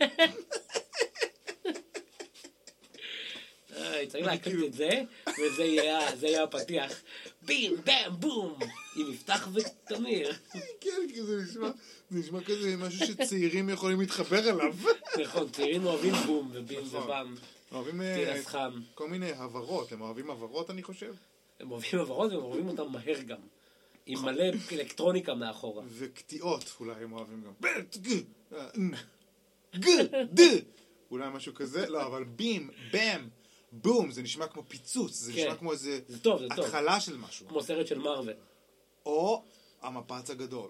צריך להקליט את זה, וזה יהיה הפתיח. בים, בם, בום. עם יפתח ותמיר. כן, כי זה נשמע כזה משהו שצעירים יכולים להתחבר אליו. נכון, צעירים אוהבים בום ובים ובם. אוהבים תירס חם. כל מיני הברות. הם אוהבים הברות, אני חושב. הם אוהבים הברות והם אוהבים אותם מהר גם. עם מלא אלקטרוניקה מאחורה. וקטיעות אולי הם אוהבים גם. אולי משהו כזה. לא, אבל בים, בם. בום, זה נשמע כמו פיצוץ, זה נשמע כמו איזה התחלה של משהו. כמו סרט של מרוול. או המפץ הגדול.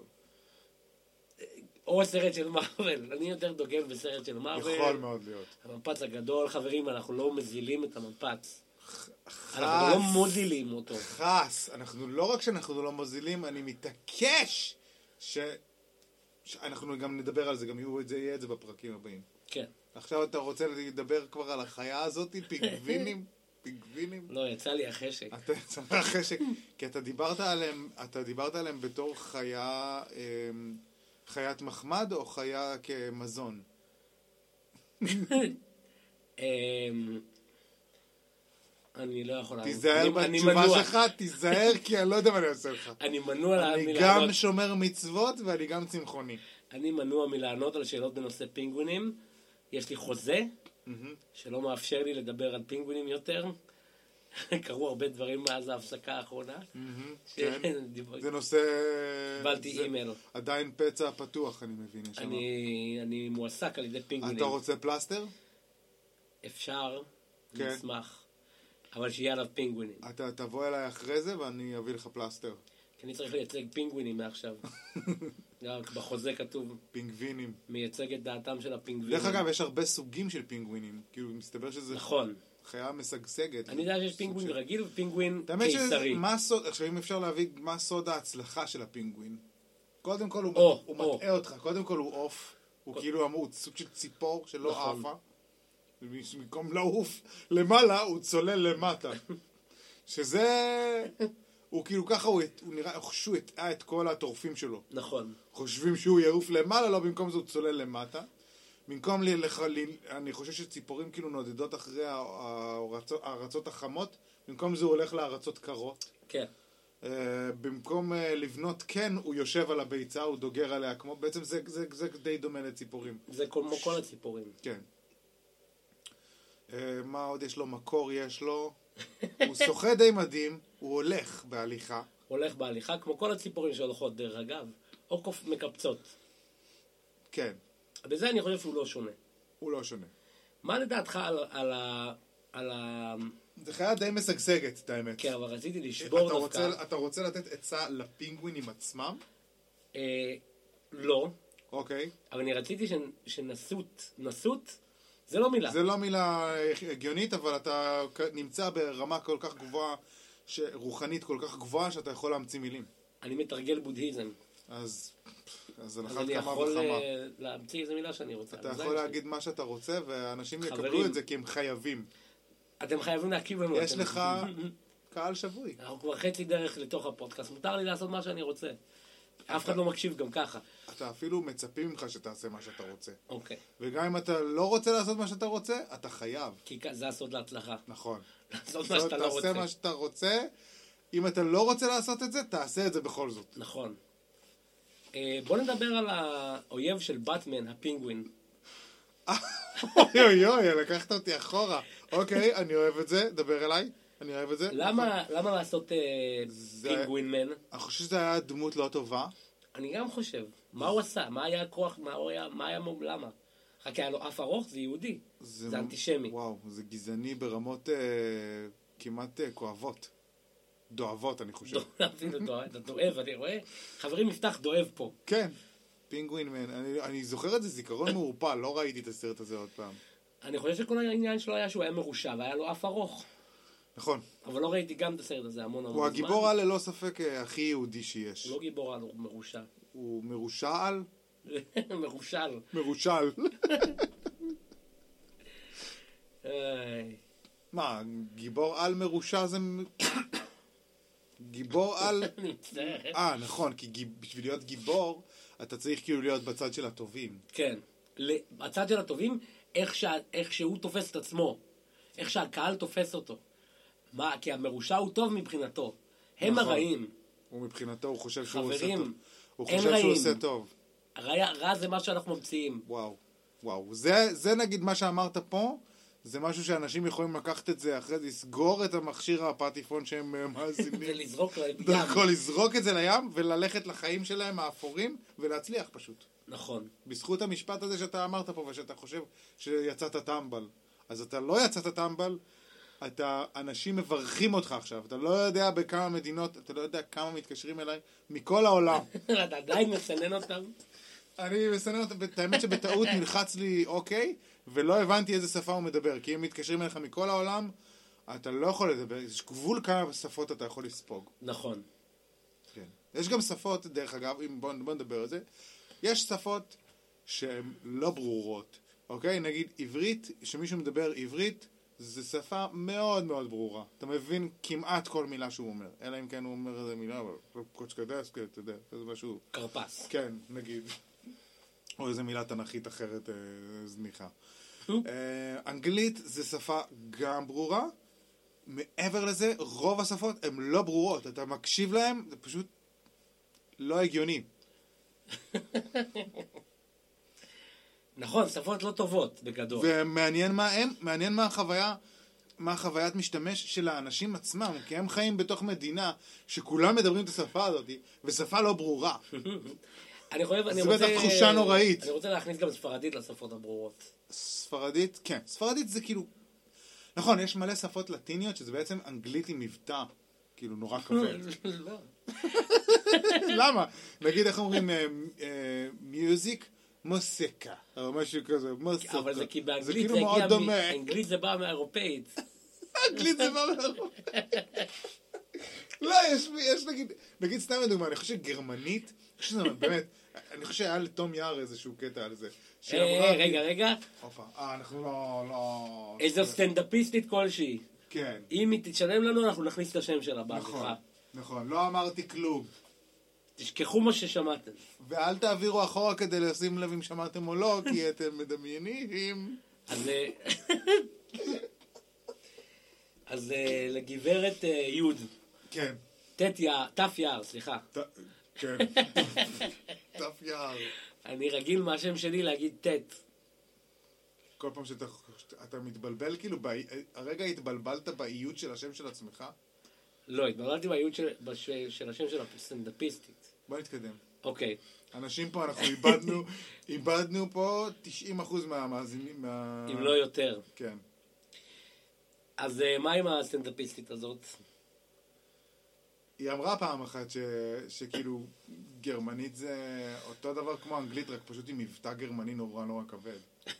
או סרט של מרוול. אני יותר דוגל בסרט של מרוול. יכול מאוד להיות. המפץ הגדול, חברים, אנחנו לא מזילים את המפץ. אנחנו לא מוזילים אותו. חס, לא רק שאנחנו לא מוזילים, אני מתעקש שאנחנו גם נדבר על זה, גם יהיה את זה בפרקים הבאים. כן. עכשיו אתה רוצה לדבר כבר על החיה הזאת, פינגווינים? לא, יצא לי החשק. אתה יצא לי החשק, כי אתה דיברת עליהם בתור חיית מחמד או חיה כמזון? אני לא יכול לענות. תיזהר בתשובה שלך, תיזהר, כי אני לא יודע מה אני עושה לך. אני מנוע אני גם שומר מצוות ואני גם צמחוני. אני מנוע מלענות על שאלות בנושא פינגווינים. יש לי חוזה שלא מאפשר לי לדבר על פינגווינים יותר. קרו הרבה דברים מאז ההפסקה האחרונה. זה נושא... קיבלתי אימייל. עדיין פצע פתוח, אני מבין. אני מועסק על ידי פינגווינים. אתה רוצה פלסטר? אפשר, נשמח. אבל שיהיה עליו פינגווינים. אתה תבוא אליי אחרי זה ואני אביא לך פלסטר. כי אני צריך לייצג פינגווינים מעכשיו. בחוזה כתוב. פינגווינים. מייצג את דעתם של הפינגווינים. דרך אגב, יש הרבה סוגים של פינגווינים. כאילו, מסתבר שזה... נכון. חיה משגשגת. אני יודע שיש פינגווין רגיל ופינגווין קיסרי. עכשיו, אם אפשר להבין מה סוד ההצלחה של הפינגווין. קודם כל הוא מטעה אותך. קודם כל הוא עוף. הוא כאילו הוא סוג של ציפור שלא עפה. במקום לעוף למעלה, הוא צולל למטה. שזה... הוא כאילו ככה, הוא נראה, שהוא הטעה את כל הטורפים שלו. נכון. חושבים שהוא יעוף למעלה, לא במקום זה הוא צולל למטה. במקום אני חושב שציפורים כאילו נודדות אחרי הארצות החמות, במקום זה הוא הולך לארצות קרות. כן. במקום לבנות כן, הוא יושב על הביצה, הוא דוגר עליה, כמו, בעצם זה די דומה לציפורים. זה כמו כל הציפורים. כן. מה עוד יש לו? מקור יש לו. הוא שוחה די מדהים, הוא הולך בהליכה. הולך בהליכה, כמו כל הציפורים שהולכות דרך אגב, או מקפצות. כן. בזה אני חושב שהוא לא שונה. הוא לא שונה. מה לדעתך על ה... זה חיה די משגשגת, את האמת. כן, אבל רציתי לשבור דווקא. אתה רוצה לתת עצה לפינגווינים עצמם? לא. אוקיי. אבל אני רציתי שנסות, זה לא מילה. זה לא מילה הגיונית, אבל אתה נמצא ברמה כל כך גבוהה, רוחנית כל כך גבוהה, שאתה יכול להמציא מילים. אני מתרגל בודהיזם. אז אני יכול להמציא איזה מילה שאני רוצה. אתה יכול להגיד מה שאתה רוצה, ואנשים יקבלו את זה כי הם חייבים. אתם חייבים להכיר לנו. יש לך קהל שבוי. אנחנו כבר חצי דרך לתוך הפודקאסט. מותר לי לעשות מה שאני רוצה. אף אחד לא מקשיב גם ככה. אתה אפילו מצפים ממך שתעשה מה שאתה רוצה. אוקיי. וגם אם אתה לא רוצה לעשות מה שאתה רוצה, אתה חייב. כי זה הסוד להצלחה. נכון. לעשות מה שאתה לא רוצה. תעשה מה שאתה רוצה. אם אתה לא רוצה לעשות את זה, תעשה את זה בכל זאת. נכון. בוא נדבר על האויב של באטמן, הפינגווין. אוי אוי, לקחת אותי אחורה. אוקיי, אני אוהב את זה, דבר אליי. אני אוהב את זה. למה לעשות פינגווין מן? אני חושב שזה היה דמות לא טובה. אני גם חושב. מה הוא עשה? מה היה הכוח? מה היה למה? רק היה לו אף ארוך, זה יהודי. זה אנטישמי. וואו, זה גזעני ברמות כמעט כואבות. דואבות, אני חושב. אפילו אתה דואב, אני רואה. חברים, נפתח דואב פה. כן, פינגווין מן. אני זוכר את זה זיכרון מעורפל, לא ראיתי את הסרט הזה עוד פעם. אני חושב שכל העניין שלו היה שהוא היה מרושע, והיה לו אף ארוך. נכון. אבל לא ראיתי גם את הסרט הזה המון זמן. הוא הגיבור על ללא ספק הכי יהודי שיש. הוא לא גיבור על, הוא מרושע. הוא מרושע על? מרושל. מרושל. מה, גיבור על מרושע זה... גיבור על... נכון, כי בשביל להיות גיבור, אתה צריך כאילו להיות בצד של הטובים. כן. בצד של הטובים, איך שהוא תופס את עצמו. איך שהקהל תופס אותו. מה? כי המרושע הוא טוב מבחינתו. הם הרעים. הוא מבחינתו, הוא חושב שהוא עושה טוב. חברים, הוא חושב שהוא עושה טוב. רע זה מה שאנחנו ממציאים. וואו. זה נגיד מה שאמרת פה, זה משהו שאנשים יכולים לקחת את זה אחרי זה, לסגור את המכשיר הפטיפון שהם מאזינים. ולזרוק לים. לזרוק את זה לים וללכת לחיים שלהם האפורים ולהצליח פשוט. נכון. בזכות המשפט הזה שאתה אמרת פה ושאתה חושב שיצאת טמבל. אז אתה לא יצאת טמבל, אנשים מברכים אותך עכשיו. אתה לא יודע בכמה מדינות, אתה לא יודע כמה מתקשרים אליי מכל העולם. אתה עדיין מסנן אותם? אני מסנן אותם, האמת שבטעות נלחץ לי אוקיי, ולא הבנתי איזה שפה הוא מדבר, כי אם מתקשרים אליך מכל העולם, אתה לא יכול לדבר, יש גבול כמה שפות אתה יכול לספוג. נכון. כן. יש גם שפות, דרך אגב, בוא נדבר על זה, יש שפות שהן לא ברורות, אוקיי? נגיד עברית, שמישהו מדבר עברית, זו שפה מאוד מאוד ברורה. אתה מבין כמעט כל מילה שהוא אומר. אלא אם כן הוא אומר איזה מילה, אבל קוצ'קדסקה, אתה יודע, זה משהו... קרפס. כן, נגיד. או איזה מילה תנכית אחרת זניחה. אנגלית זה שפה גם ברורה. מעבר לזה, רוב השפות הן לא ברורות. אתה מקשיב להן, זה פשוט לא הגיוני. נכון, שפות לא טובות בגדול. ומעניין מה הם, מעניין מה החוויית משתמש של האנשים עצמם, כי הם חיים בתוך מדינה שכולם מדברים את השפה הזאת, ושפה לא ברורה. זה בטח תחושה נוראית. אני רוצה להכניס גם ספרדית לשפות הברורות. ספרדית, כן. ספרדית זה כאילו... נכון, יש מלא שפות לטיניות, שזה בעצם אנגלית עם מבטא. כאילו נורא כבד. לא. למה? נגיד איך אומרים מיוזיק? מוסיקה, או משהו כזה, מוסיקה. אבל זה כי באנגלית זה כאילו מאוד דומה. אנגלית זה בא מהאירופאית. אנגלית זה בא מהאירופאית. לא, יש נגיד סתם לדוגמה, אני חושב שגרמנית, באמת, אני חושב שהיה לתום יער איזשהו קטע על זה. רגע. אנחנו לא... איזו סטנדאפיסטית כלשהי. כן. אם היא תשלם לנו, אנחנו נכניס את השם שלה. נכון, לא אמרתי כלום. תשכחו מה ששמעתם. ואל תעבירו אחורה כדי לשים לב אם שמעתם או לא, כי אתם מדמיינים. אז לגברת יוד. כן. תף יער, סליחה. כן. תף יער. אני רגיל מהשם שלי להגיד תת. כל פעם שאתה מתבלבל, כאילו, הרגע התבלבלת באיות של השם של עצמך? לא, התבלבלתי באיות של השם של הסטנדאפיסטית. בוא נתקדם. אוקיי. אנשים פה, אנחנו איבדנו פה 90% מהמאזינים. אם לא יותר. כן. אז מה עם הסטנדאפיסטית הזאת? היא אמרה פעם אחת שכאילו גרמנית זה אותו דבר כמו אנגלית, רק פשוט עם מבטא גרמני נורא נורא כבד.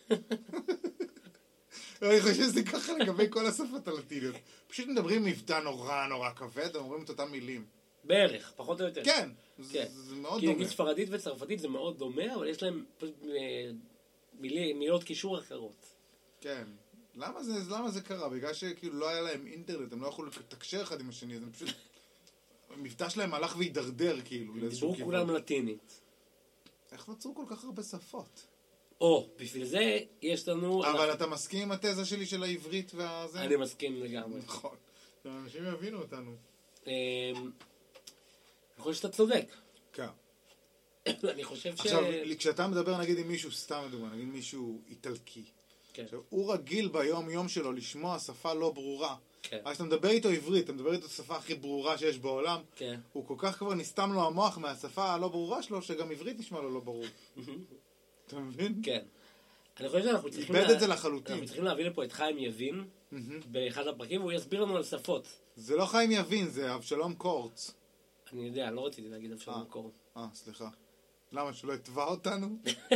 אני חושב שזה ככה לגבי כל השפות הלטיניות. פשוט מדברים מבטא נורא נורא כבד, אומרים את אותם מילים. בערך, פחות או יותר. כן, זה מאוד כי דומה. נגיד ספרדית וצרפתית זה מאוד דומה, אבל יש להם מילות קישור אחרות. כן. למה זה קרה? בגלל שכאילו לא היה להם אינטרנט, הם לא יכולו לתקשר אחד עם השני, אז הם פשוט... המבטא שלהם הלך והידרדר, כאילו, לאיזשהו דיברו כולם לטינית. איך נוצרו כל כך הרבה שפות? בשביל זה יש לנו... אבל אתה מסכים עם התזה שלי של העברית והזה? אני מסכים לגמרי. נכון. אנשים יבינו אותנו. אני חושב שאתה צודק. כן. אני חושב עכשיו, כשאתה מדבר, נגיד עם מישהו, סתם מדומה, נגיד מישהו איטלקי. עכשיו, הוא רגיל ביום יום שלו לשמוע שפה לא ברורה. אז אתה מדבר איתו עברית, אתה מדבר איתו שפה הכי ברורה שיש בעולם. הוא כל כך כבר נסתם לו המוח מהשפה הלא ברורה שלו, שגם עברית נשמע לו לא ברור. אתה מבין? כן. אני חושב שאנחנו צריכים... איבד את זה לחלוטין. אנחנו צריכים להביא לפה את חיים יבין, באחד הפרקים, והוא יסביר לנו על שפות. זה לא חיים יבין, זה אבשלום קורץ. אני יודע, לא רציתי להגיד אבשלום קורץ. סליחה. למה, שלא יתבע אותנו?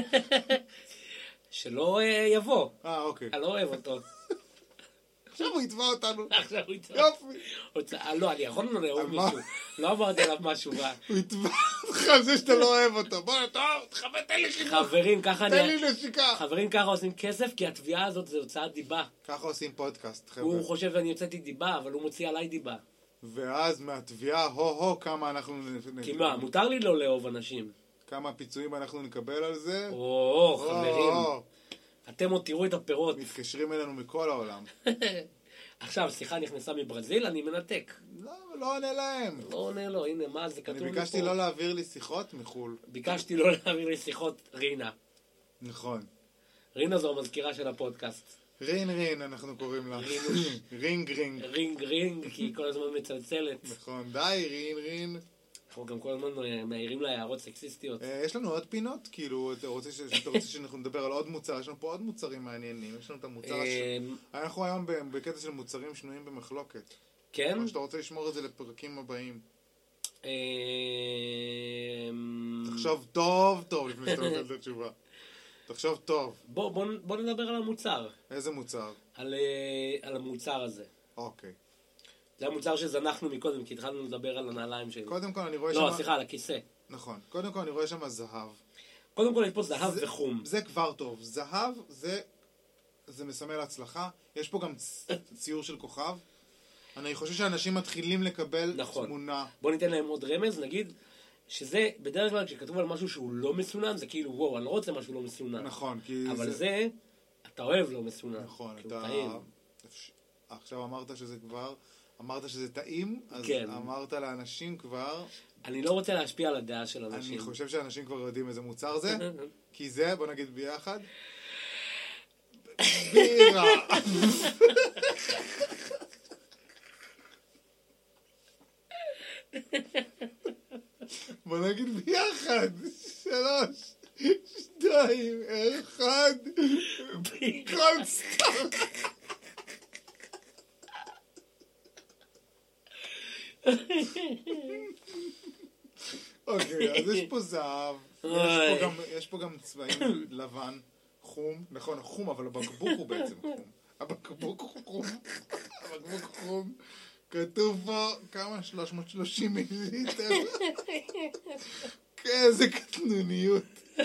שלא יבוא. אוקיי. אני לא אוהב אותו. עכשיו הוא יתבע אותנו. עכשיו הוא יתבע. יופי. לא, אני יכול לא לאהוב מישהו. לא אמרתי עליו משהו. הוא יתבע אותך על זה שאתה לא אוהב אותו. בוא, טוב, תכבד, תן לי חיבוק. חברים, ככה תן לי נשיקה. חברים, ככה עושים כסף, כי התביעה הזאת זה הוצאת דיבה. ככה עושים פודקאסט, חבר'ה. הוא חושב שאני יוצאתי דיבה, אבל הוא מוציא עליי דיבה. ואז מהתביעה, כמה אנחנו... כי מה, מותר לי לא לאהוב אנשים. כמה פיצויים אנחנו נקבל על זה? חברים. אתם עוד תראו את הפירות. מתקשרים אלינו מכל העולם. עכשיו, שיחה נכנסה מברזיל, אני מנתק. לא עונה להם. לא עונה לו, הנה, מה זה כתוב לי פה? אני ביקשתי לא להעביר לי שיחות מחול. ביקשתי לא להעביר לי שיחות רינה. נכון. רינה זו המזכירה של הפודקאסט. רין, אנחנו קוראים לה. רינג. רינג, כי היא כל הזמן מצלצלת. נכון, די, רין. אנחנו גם כל הזמן מעירים לה הערות סקסיסטיות. יש לנו עוד פינות? כאילו, אתה רוצה שאנחנו נדבר על עוד מוצר? יש לנו פה עוד מוצרים מעניינים. יש לנו את המוצר אנחנו היום בקטע של מוצרים שנויים במחלוקת. כן? או שאתה רוצה לשמור את זה לפרקים הבאים. תחשוב טוב לפני שאתה נותן את התשובה. תחשוב טוב. בוא נדבר על המוצר. איזה מוצר? על המוצר הזה. אוקיי. זה המוצר שזנחנו מקודם, כי התחלנו לדבר על הנעליים שלי. קודם כל אני רואה שם... לא, סליחה, על הכיסא. נכון. קודם כל אני רואה שם זהב. קודם כל יש פה זהב וחום. זה כבר טוב. זהב זה מסמל הצלחה. יש פה גם ציור של כוכב. אני חושב שאנשים מתחילים לקבל תמונה. בוא ניתן להם עוד רמז, נגיד שזה בדרך כלל כשכתוב על משהו שהוא לא מסונן, זה כאילו וואו, אני לא רוצה משהו לא מסונן. נכון, כי אבל זה, אתה אוהב לא מסונן. נכון, אתה... עכשיו אמרת שזה טעים, אז אמרת לאנשים כבר... אני לא רוצה להשפיע על הדעה של אנשים. אני חושב שאנשים כבר יודעים איזה מוצר זה, כי זה, בוא נגיד ביחד, בירה. בוא נגיד ביחד, 3, 2, 1, קונסטנט. אוקיי, אז יש פה זהב, יש פה גם צבעים לבן, חום, נכון, חום, אבל הבקבוק הוא בעצם חום. הבקבוק חום, כתוב פה כמה? 330 מיליליטר. איזה קטנוניות.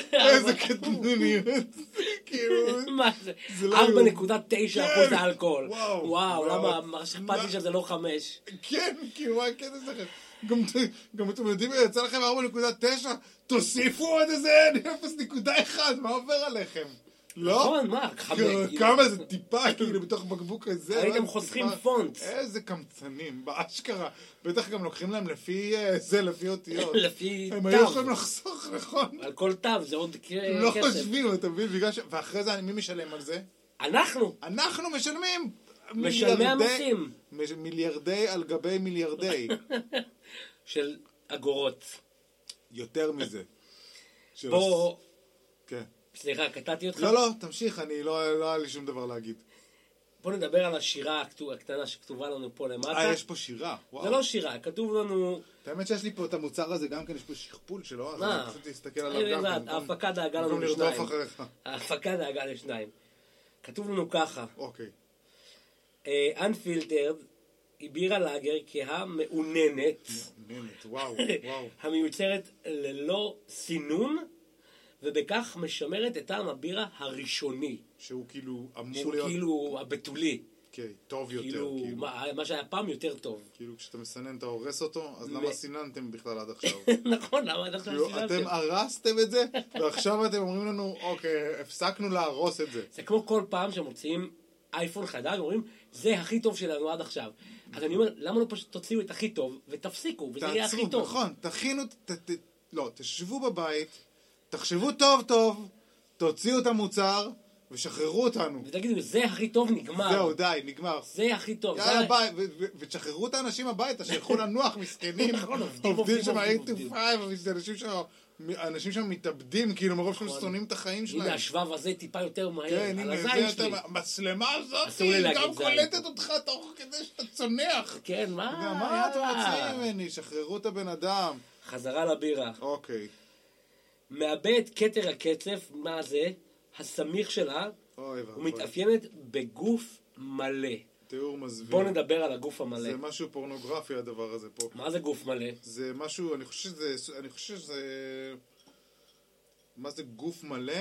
מה זה? 4.9% אלכוהול. וואו, למה? מה שאכפת לי שזה לא 5. כן, כאילו, מה הקטע שלכם? גם אתם יודעים, יצא לכם 4.9, תוסיפו עוד איזה 0.1, מה עובר עליכם? לא? נכון, מה? כמה זה טיפה, כאילו, בתוך בקבוק הזה. הייתם חוסכים פונט. איזה קמצנים, באשכרה. בטח גם לוקחים להם לפי אותיות. לפי תו. הם היו יכולים לחסוך, נכון? על כל תו, זה עוד כסף. הם לא חושבים, אתה מבין? ואחרי זה, מי משלם על זה? אנחנו משלמים. משלמי המסים. מיליארדי על גבי מיליארדי. של אגורות. יותר מזה. בוא... כן. סליחה, קטעתי אותך? לא, תמשיך, אני לא היה לי שום דבר להגיד. בוא נדבר על השירה הקטנה שכתובה לנו פה למטה. יש פה שירה, וואו. זה לא שירה, כתוב לנו... האמת שיש לי פה את המוצר הזה, גם כן יש פה שכפול שלו, אז אני פשוט להסתכל עליו גם כן. ההפקה דאגה לנו לשניים. לרדוף אחריך. ההפקה דאגה לשניים. כתוב לנו ככה. אוקיי. Unfiltered היא בירה לאגר כהה מעוננת. מעוננת, וואו. המיוצרת ללא סינון, ובכך משמרת את טעם הבירה הראשוני. שהוא כאילו אמור שהוא להיות... כאילו הבתולי. כן, טוב יותר. כאילו, מה שהיה פעם יותר טוב. כאילו כשאתה מסנן אתה הורס אותו, אז למה סיננתם בכלל עד עכשיו? נכון, למה עד עכשיו סיננתם? אתם הרסתם את זה, ועכשיו אתם אומרים לנו, אוקיי, הפסקנו להרוס את זה. זה כמו כל פעם שמוציאים אייפון חדש, אומרים, זה הכי טוב שלנו עד עכשיו. אז אני אומר, למה לא פשוט תוציאו את הכי טוב, ותפסיקו, וזה יהיה הכי טוב. נכון, תכינו, תשבו בבית, תחשבו טוב טוב, תוציאו את המוצר, ושחררו אותנו. ותגידו, זה הכי טוב, נגמר. זהו, די, נגמר. זה הכי טוב. יאללה, ביי, ותשחררו את האנשים הביתה, שילכו לנוח מסכנים. עובדים שם 8 to 5, אנשים שם מתאבדים, כאילו מרוב שהם שונאים את החיים שלהם. הנה, השבב הזה טיפה יותר מהר. כן, הנה, המצלמה הזאת, היא גם קולטת אותך תוך כדי שאתה צונח. כן, מה? מה אתם רוצים ממני? שחררו את הבן אדם. חזרה לבירה. אוקיי. מאבד כתר הקצף, מה זה? הסמיך שלה, הוא מתאפיינת בגוף מלא. תיאור מזוויע. בוא נדבר על הגוף המלא. זה משהו פורנוגרפי הדבר הזה פה. מה זה גוף מלא? זה משהו, אני חושב שזה... מה זה גוף מלא?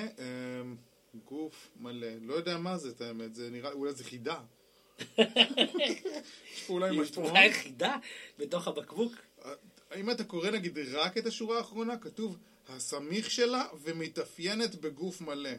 גוף מלא. לא יודע מה זה, את האמת. זה נראה, אולי זה חידה. יש פה אולי משהו. אולי חידה בתוך הבקבוק? אם אתה קורא נגיד רק את השורה האחרונה, כתוב הסמיך שלה ומתאפיינת בגוף מלא.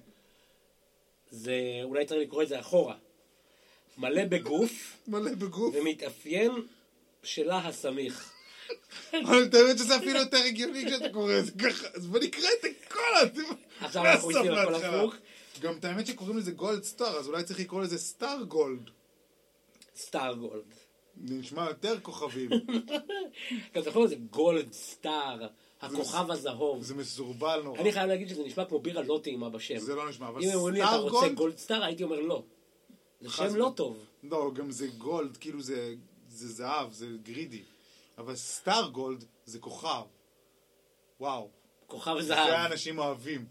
זה, אולי צריך לקרוא את זה אחורה. מלא בגוף. מלא בגוף. ומתאפיין שלה הסמיך. אבל אתה יודע שזה אפילו יותר הגיוני כשאתה קורא את זה ככה. אז בוא נקרא את הכל. עכשיו אנחנו עושים הכל הפוך. גם את האמת שקוראים לזה גולד סטאר, אז אולי צריך לקרוא לזה סטאר גולד. סטאר גולד. נשמע יותר כוכבים. גם אתה יכול לזה גולד סטאר. הכוכב הזהוב. זה מסורבל נורא. אני חייב להגיד שזה נשמע כמו בירה לא טעימה בשם. זה לא נשמע, אבל אם אומרים לי אתה רוצה גולד סטאר, הייתי אומר לא. זה שם לא טוב. לא, גם זה גולד, כאילו זה זהב, זה גרידי. אבל סטאר גולד זה כוכב. וואו. כוכב זהב. זה האנשים אוהבים.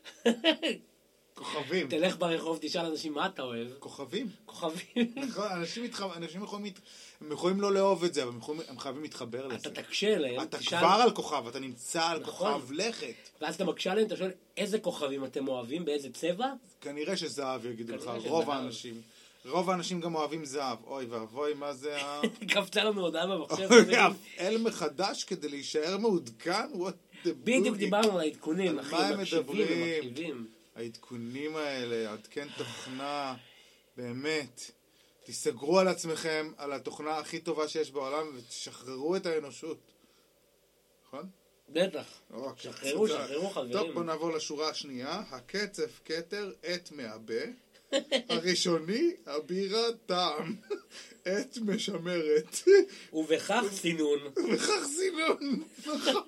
כוכבים. תלך ברחוב, תשאל אנשים מה אתה אוהב. כוכבים. כוכבים. אנשים יכולים לא לאהוב את זה, אבל הם חייבים להתחבר לזה. אתה תקשה להם. אתה כבר על כוכב, אתה נמצא על כוכב לכת. ואז אתה מקשה להם, אתה שואל איזה כוכבים אתם אוהבים, באיזה צבע? כנראה שזהב יגידו לך, רוב האנשים. רוב האנשים גם אוהבים זהב. אוי ואבוי, מה זה ה... קפצה לנו הודעה במחשב. אל מחדש כדי להישאר מעודכן? בדיוק דיברנו על העדכונים, אחי, מה הם מדברים? העדכונים האלה, עדכן תוכנה, באמת. תסגרו על עצמכם, על התוכנה הכי טובה שיש בעולם, ותשחררו את האנושות. נכון? בטח. שחררו חברים. טוב, בוא נעבור לשורה השנייה. הקצף כתר עת מעבה. הראשוני, הבירה טעם. עת משמרת. ובכך סינון. ובכך סינון, נכון.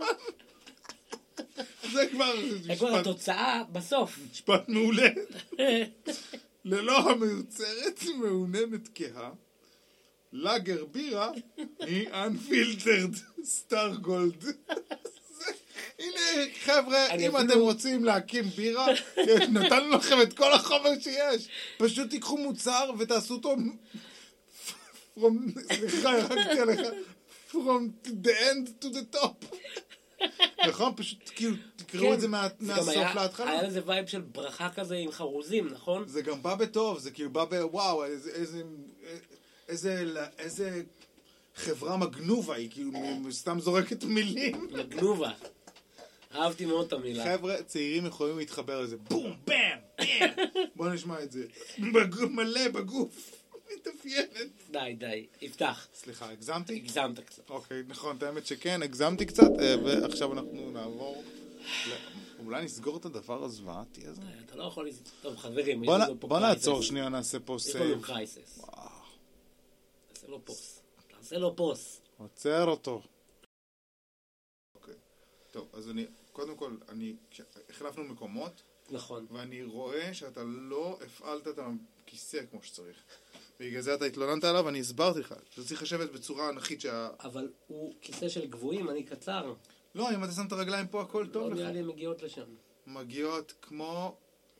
זה כבר התוצאה בסוף. משפט מעולה. ללא המיוצרת מעוננת כהה, לאגר בירה היא Unfiltered סטאר גולד. הנה חבר'ה, אם אתם רוצים להקים בירה, נתנו לכם את כל החומר שיש. פשוט תיקחו מוצר ותעשו אותו סליחה, ירקתי עליך From the end to the top. נכון? פשוט כאילו תקראו את זה מהסוף להתחלה. היה לזה וייב של ברכה כזה עם חרוזים, נכון? זה גם בא בטוב, זה כאילו בא בוואו, איזה חברה מגנובה היא, כאילו סתם זורקת מילים. מגנובה. אהבתי מאוד את המילה. חבר'ה צעירים יכולים להתחבר לזה. בום, באם, באם, בוא נשמע את זה. מלא בגוף. מתאפיינת. די, יפתח. סליחה, הגזמתי? הגזמת קצת. אוקיי, נכון, האמת שכן, הגזמתי קצת, ועכשיו אנחנו נעבור... אולי נסגור את הדבר הזוועתי הזה? אתה לא יכול... טוב, חברים, בוא נעצור שנייה, נעשה פה סייב. יש לנו קרייסס. תעשה לו פוס. עוצר אותו. אוקיי. טוב, אז קודם כל, החלפנו מקומות. נכון. ואני רואה שאתה לא הפעלת את הכיסא כמו שצריך. בגלל זה אתה התלוננת עליו, אני הסברתי לך. אתה צריך לשבת בצורה אנכית אבל הוא כיסא של גבוהים, אני קצר. לא, אם אתה שם את הרגליים פה, הכל טוב לך. לא נראה לי מגיעות לשם. מגיעות כמו...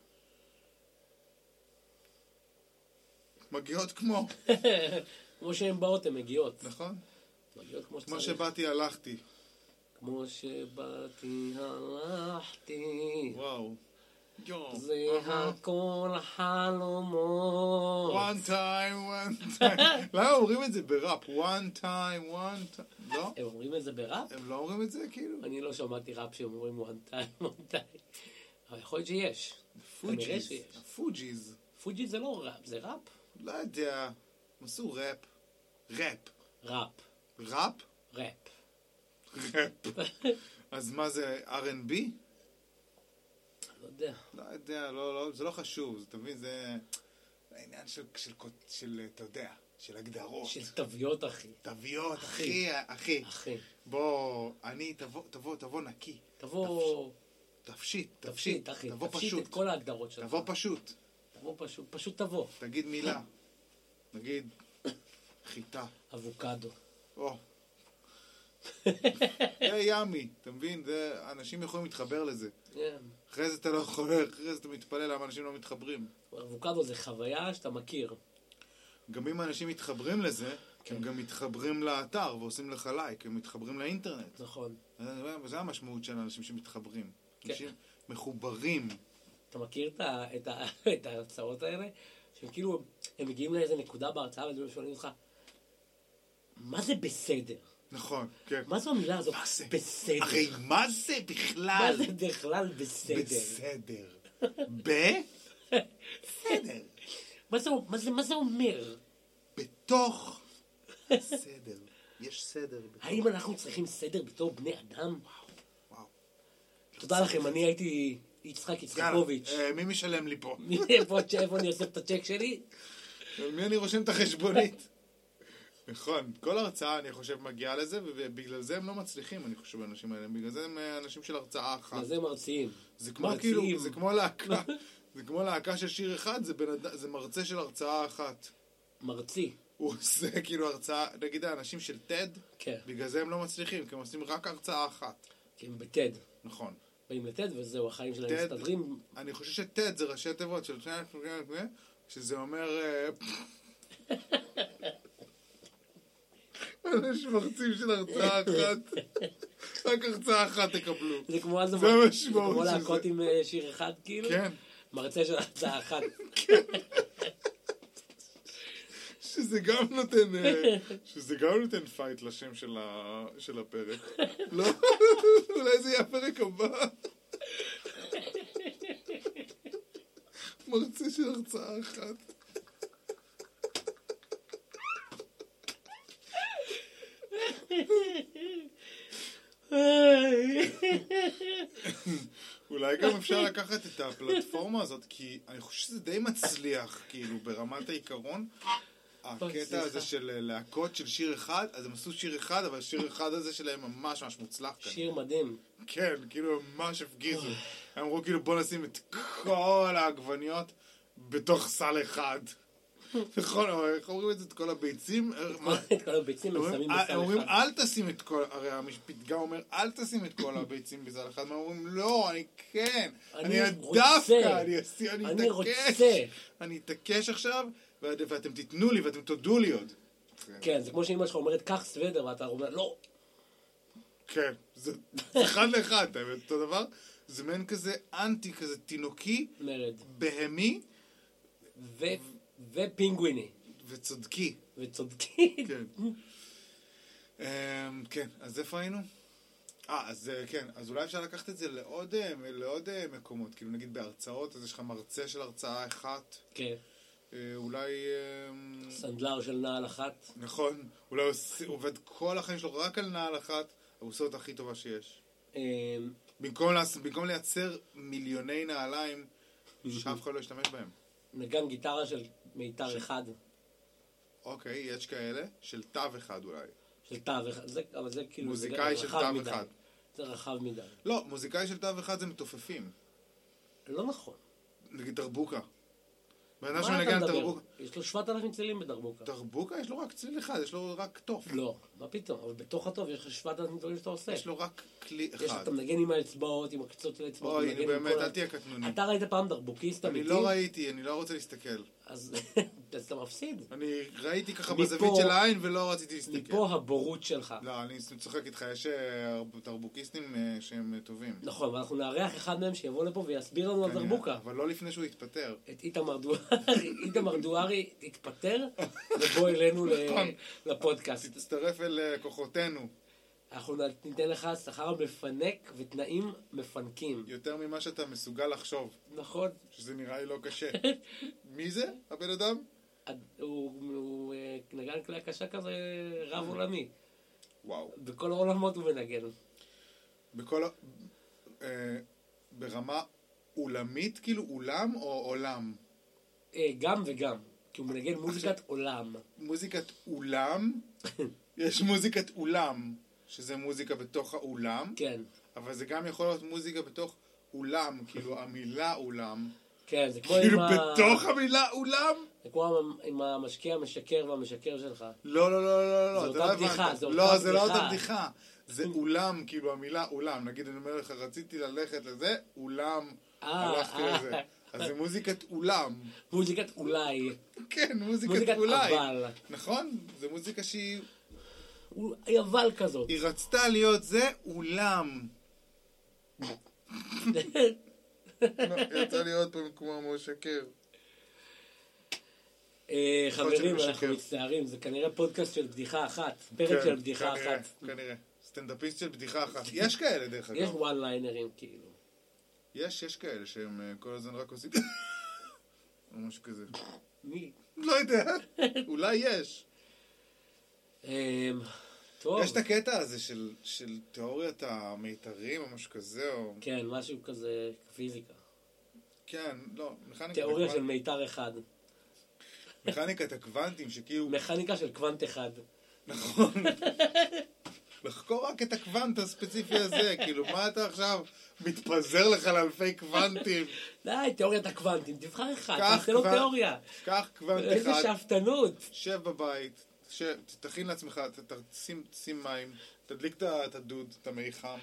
כמו שהן באות, הן מגיעות. נכון? מגיעות כמו שצריך. כמו שבאתי, הלכתי. כמו שבאתי, הלכתי. וואו. זה הכל חלומות. one time. למה אומרים את זה בראפ? one time. לא? הם אומרים את זה בראפ? הם לא אומרים את זה כאילו? אני לא שמעתי ראפ שהם אומרים one time. אבל יכול להיות שיש. פוג'יז. פוג'יז זה לא ראפ, זה ראפ? לא יודע. הם עשו ראפ. ראפ. אז מה זה R&B? לא יודע, זה לא חשוב, אתה מבין, זה העניין של, אתה יודע, של הגדרות. של תוויות, אחי. תוויות, אחי. בוא, תבוא נקי. תפשיט, אחי. תבוא תפשיט פשוט. את כל ההגדרות שלך. תבוא פשוט. פשוט תבוא. תגיד מילה. נגיד, חיטה. אבוקדו. זה ימי, אתה מבין? אנשים יכולים להתחבר לזה. אחרי זה אתה לא יכול, אחרי זה אתה מתפלל למה אנשים לא מתחברים. אבוקדו זה חוויה שאתה מכיר. גם אם אנשים מתחברים לזה, הם גם מתחברים לאתר ועושים לך לייק, הם מתחברים לאינטרנט. נכון. וזה המשמעות של אנשים שמתחברים. אנשים מחוברים. אתה מכיר את ההרצאות האלה? שהם כאילו, הם מגיעים לאיזה נקודה בהרצאה והם שואלים אותך, מה זה בסדר? נכון, כן. מה זו המילה הזאת? בסדר. הרי מה זה בכלל? מה זה בכלל בסדר? בסדר. מה זה אומר? בתוך סדר. יש סדר. האם אנחנו צריכים סדר בתור בני אדם? וואו. תודה לכם, אני הייתי יצחק יצחקוביץ'. מי משלם לי פה? איפה אני אוסף את הצ'ק שלי? מי אני רושם את החשבונית? נכון, כל הרצאה אני חושב מגיעה לזה, ובגלל זה הם לא מצליחים, אני חושב, האנשים האלה, בגלל זה הם אנשים של הרצאה אחת. בגלל זה מרצים. זה כמו כאילו, זה כמו להקה, זה כמו להקה של שיר אחד, זה מרצה של הרצאה אחת. מרצי. הוא עושה כאילו הרצאה, נגיד האנשים של טד, כן. בגלל זה הם לא מצליחים, כי הם עושים רק הרצאה אחת. כי הם בטד. נכון. באים לטד וזהו, החיים שלהם מסתדרים. אני חושב שטד זה ראשי תיבות של שזה אומר... אנשים מרצים של הרצאה אחת. רק הרצאה אחת תקבלו. זה כמו המשמעות של זה. זה כמו להקות עם שיר אחד כאילו? כן. מרצה של הרצאה אחת. שזה גם נותן פייט לשם של הפרק. לא, אולי זה יהיה הפרק הבא. מרצה של הרצאה אחת. אולי גם אפשר לקחת את הפלטפורמה הזאת, כי אני חושב שזה די מצליח, כאילו, ברמת העיקרון, הקטע הזה של להקות של שיר אחד, אז הם עשו שיר אחד, אבל השיר אחד הזה שלהם ממש ממש מוצלח. שיר מדהים. כן, כאילו, ממש הפגיזו. הם אמרו, כאילו, בוא נשים את כל העגבניות בתוך סל אחד. נכון, איך אומרים את זה? את כל הביצים? את כל הביצים הם שמים בסל אחד. אומרים, אל תשים את כל... הרי הפתגם אומר, אל תשים את כל הביצים בסל אחד. מה אומרים? לא, אני כן. אני דווקא, אני רוצה. אני אתעקש עכשיו, ואתם תיתנו לי, ואתם תודו לי עוד. כן, זה כמו שאמא שלך אומרת, קח סוודר, ואתה אומר, לא. כן, זה אחד לאחד, האמת, אותו דבר. זה מעין כזה אנטי, כזה תינוקי. מרד. בהמי. ופינגוויני. וצודקי. וצודקי. כן. כן, אז איפה היינו? אז כן, אז אולי אפשר לקחת את זה לעוד מקומות, כאילו נגיד בהרצאות, אז יש לך מרצה של הרצאה אחת. כן. אולי... סנדלר של נעל אחת. נכון, אולי עובד כל החיים שלו רק על נעל אחת, הוא עושה אותה הכי טובה שיש. במקום לייצר מיליוני נעליים, שאף אחד לא ישתמש בהם. נגן גיטרה של מיתר אחד. אוקיי, יש כאלה, של תו אחד אולי. של תו אחד, אבל זה כאילו... מוזיקאי של תו אחד. זה רחב מדי. לא, מוזיקאי של תו אחד זה מתופפים. לא נכון. נגיד דרבוקה. מה אתה מדבר? יש לו 7,000 צלילים בדרבוקה. דרבוקה יש לו רק צליל אחד, יש לו רק תוף. לא, מה פתאום? אבל בתוך התוף יש לך 7,000 דברים שאתה עושה. יש לו רק כלי אחד. אתה מנגן עם האצבעות, עם הקצות של האצבעות. אוי, באמת, אל תהיה קטנוני. אתה ראית פעם דרבוקיסט אמיתי? אני לא ראיתי, אני לא רוצה להסתכל. אז אתה מפסיד. אני ראיתי ככה בזווית של העין ולא רציתי להסתכל. מפה הבורות שלך. לא, אני צוחק איתך, יש דרבוקיסטים שהם טובים. נכון, ואנחנו נארח אחד מהם שיבוא לפה ויסביר לנו על דרבוקה. אבל לא לפני שהוא יתפטר. את איתמר דוארי תתפטר ובוא אלינו לפודקאסט. תצטרף אל כוחותינו. אנחנו ניתן לך שכר מפנק ותנאים מפנקים. יותר ממה שאתה מסוגל לחשוב. נכון. שזה נראה לי לא קשה. מי זה, הבן אדם? הוא נגן כלי הקשה כזה רב עולמי. וואו. בכל העולמות הוא מנגן. ברמה עולמית, כאילו אולם או עולם? גם וגם. כי הוא מנגן מוזיקת עולם. מוזיקת אולם? יש מוזיקת אולם, שזה מוזיקה בתוך האולם. כן. אבל זה גם יכול להיות מוזיקה בתוך אולם, כאילו המילה אולם. כן, זה כמו כאילו בתוך המילה אולם? זה כמו עם המשקיע המשקר והמשקר שלך. לא, לא, לא, לא, לא. זה אותה בדיחה, לא, זה לא אותה בדיחה. זה אולם, כאילו המילה אולם. נגיד, אני אומר לך, רציתי ללכת לזה, אולם, הלכתי לזה. אז זה מוזיקת אולם. מוזיקת אולי. כן, מוזיקת אולי. אבל. נכון? זה מוזיקה שהיא... היא אבל כזאת. היא רצתה להיות זה אולם. יצא לי עוד פעם כמו המשקר. חברים, אנחנו מצטערים, זה כנראה פודקאסט של בדיחה אחת. פרק של בדיחה אחת. כנראה. סטנדאפיסט של בדיחה אחת. יש כאלה דרך אגב. יש וואן ליינרים כאילו. יש כאלה שהם כל הזמן רק עושים... או משהו כזה. מי? לא יודע. אולי יש. טוב. יש את הקטע הזה של תיאוריית המיתרים או משהו כזה, או... כן, משהו כזה פיזיקה. כן, לא, מכניקה... תיאוריה של מיתר אחד. מכניקת הקוונטים שכאילו... מכניקה של קוונט אחד. נכון. לחקור רק את הקוונט הספציפי הזה, כאילו, מה אתה עכשיו מתפזר לך לאלפי קוונטים? די, תיאוריית הקוונטים, תבחר אחד, תעשה לו תיאוריה. קח קוונט אחד. איזה שאפתנות. שב בבית, תכין לעצמך, שים מים, תדליק את הדוד, את המי חם.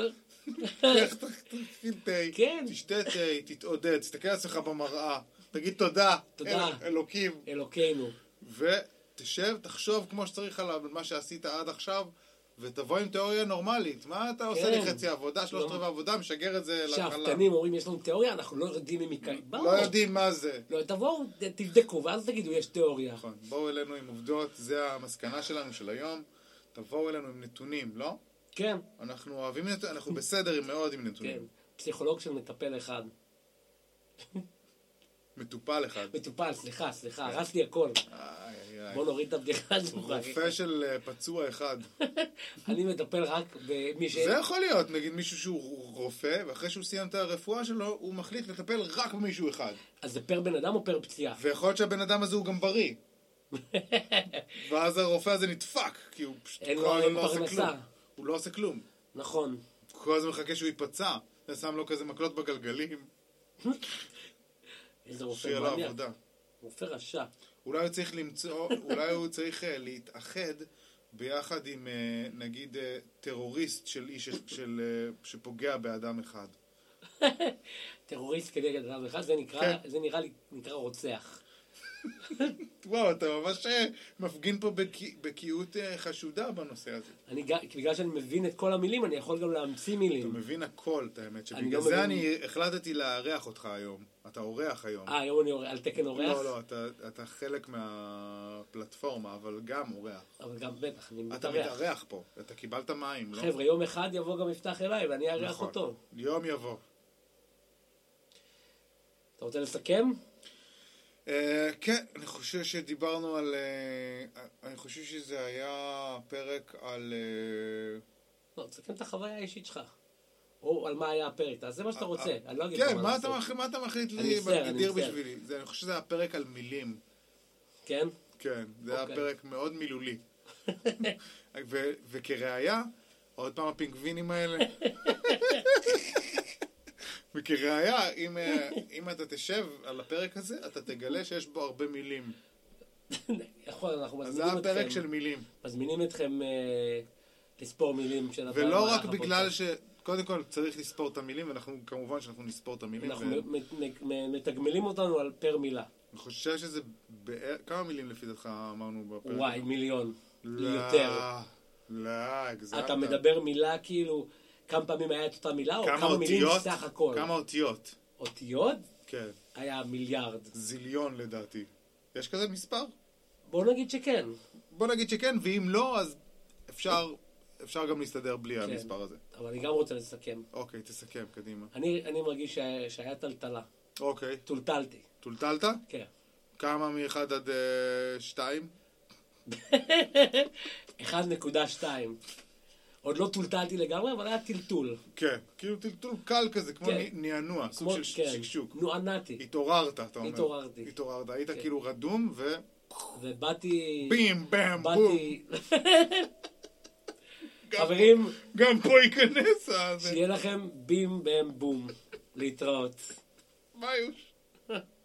תכין תה, תשתה תה, תתעודד, תסתכל על עצמך במראה, תגיד תודה, אלוקים. אלוקינו. ותשב, תחשוב כמו שצריך עליו, מה שעשית עד עכשיו, ותבוא עם תיאוריה נורמלית. מה אתה עושה לי חצי עבודה, 3/4 עבודה, משגר את זה לחלה. שאפתנים אומרים, יש לנו תיאוריה, אנחנו לא יודעים אם היא קיימת. לא יודעים מה זה. לא, תבואו, תבדקו, ואז תגידו, יש תיאוריה. נכון, בואו אלינו עם עובדות, זה המסקנה שלנו של היום. תבואו אלינו עם נתונים, לא? כן. אנחנו אוהבים נתונים, אנחנו בסדר מאוד עם נתונים. כן, פסיכולוג של מטפל אחד. מטופל אחד. מטופל, סליחה, הרס לי הכל. בוא נוריד את הבדיחה הזו. רופא של פצוע אחד. אני מטפל רק במי ש... זה יכול להיות, נגיד מישהו שהוא רופא, ואחרי שהוא סיים את הרפואה שלו, הוא מחליט לטפל רק במישהו אחד. אז זה פר בן אדם או פר פציעה? ויכול להיות שהבן אדם הזה הוא גם בריא. ואז הרופא הזה נדפק, כי הוא פשוט לא עושה כלום. הוא לא עושה כלום. נכון. כל הזמן מחכה שהוא ייפצע, ושם לו כזה מקלות בגלגלים. איזה רופא מניאק. רופא רשע. אולי הוא צריך להתאחד ביחד עם, נגיד, טרוריסט של איש שפוגע באדם אחד. טרוריסט כנגד אדם אחד, זה נראה לי נקרא רוצח. וואו, אתה ממש מפגין פה בקיאות חשודה בנושא הזה. בגלל שאני מבין את כל המילים, אני יכול גם להמציא מילים. אתה מבין הכל, את האמת, שבגלל זה אני החלטתי לארח אותך היום. אתה אורח היום. היום אני אורח, על תקן אורח? לא, אתה חלק מהפלטפורמה, אבל גם אורח. אבל גם בטח, אני מתארח. אתה מתארח פה, אתה קיבלת מים, לא? חבר'ה, יום אחד יבוא גם יפתח אליי, ואני אארח אותו. יום יבוא. אתה רוצה לסכם? כן, אני חושב שדיברנו על... אני חושב שזה היה פרק על... לא, תסכם את החוויה האישית שלך. או על מה היה הפרק, תעשה מה שאתה רוצה. אני לא אגיד כן, מה אתה מחליט לי להגדיר בשבילי? אני חושב שזה היה פרק על מילים. כן? כן, זה היה פרק מאוד מילולי. וכראיה, עוד פעם הפינגווינים האלה. וכראיה, אם אתה תשב על הפרק הזה, אתה תגלה שיש בו הרבה מילים. אז זה היה פרק של מילים. מזמינים אתכם לספור מילים של הפרק. ולא רק בגלל ש... קודם כל צריך לספור את המילים, ואנחנו כמובן שאנחנו נספור את המילים. אנחנו מתגמלים אותנו על פר מילה. אני חושב שזה... כמה מילים לפי דעתך אמרנו בפרק? וואי, מיליון. יותר. לא, הגזמת. אתה מדבר מילה כאילו, כמה פעמים היה את אותה מילה, או כמה מילים סך הכל? כמה אותיות. אותיות? כן. היה מיליארד. זיליון לדעתי. יש כזה מספר? בוא נגיד שכן. ואם לא, אז אפשר גם להסתדר בלי המספר הזה. אבל אני גם רוצה לסכם. אוקיי, תסכם, קדימה. אני מרגיש שהיה טלטלה. אוקיי. טולטלתי. טולטלת? כן. כמה מ-1 עד 2? 1.2. עוד לא טולטלתי לגמרי, אבל היה טלטול. כן, כאילו טלטול קל כזה, כמו נענוע, סוג של שקשוק. נוענתי. התעוררת, אתה אומר. התעוררתי. היית כאילו רדום ובאתי... בים, בם, בום. חברים... גם פה ייכנס. שיהיה לכם בים, בם, בום. להתראות. ביי.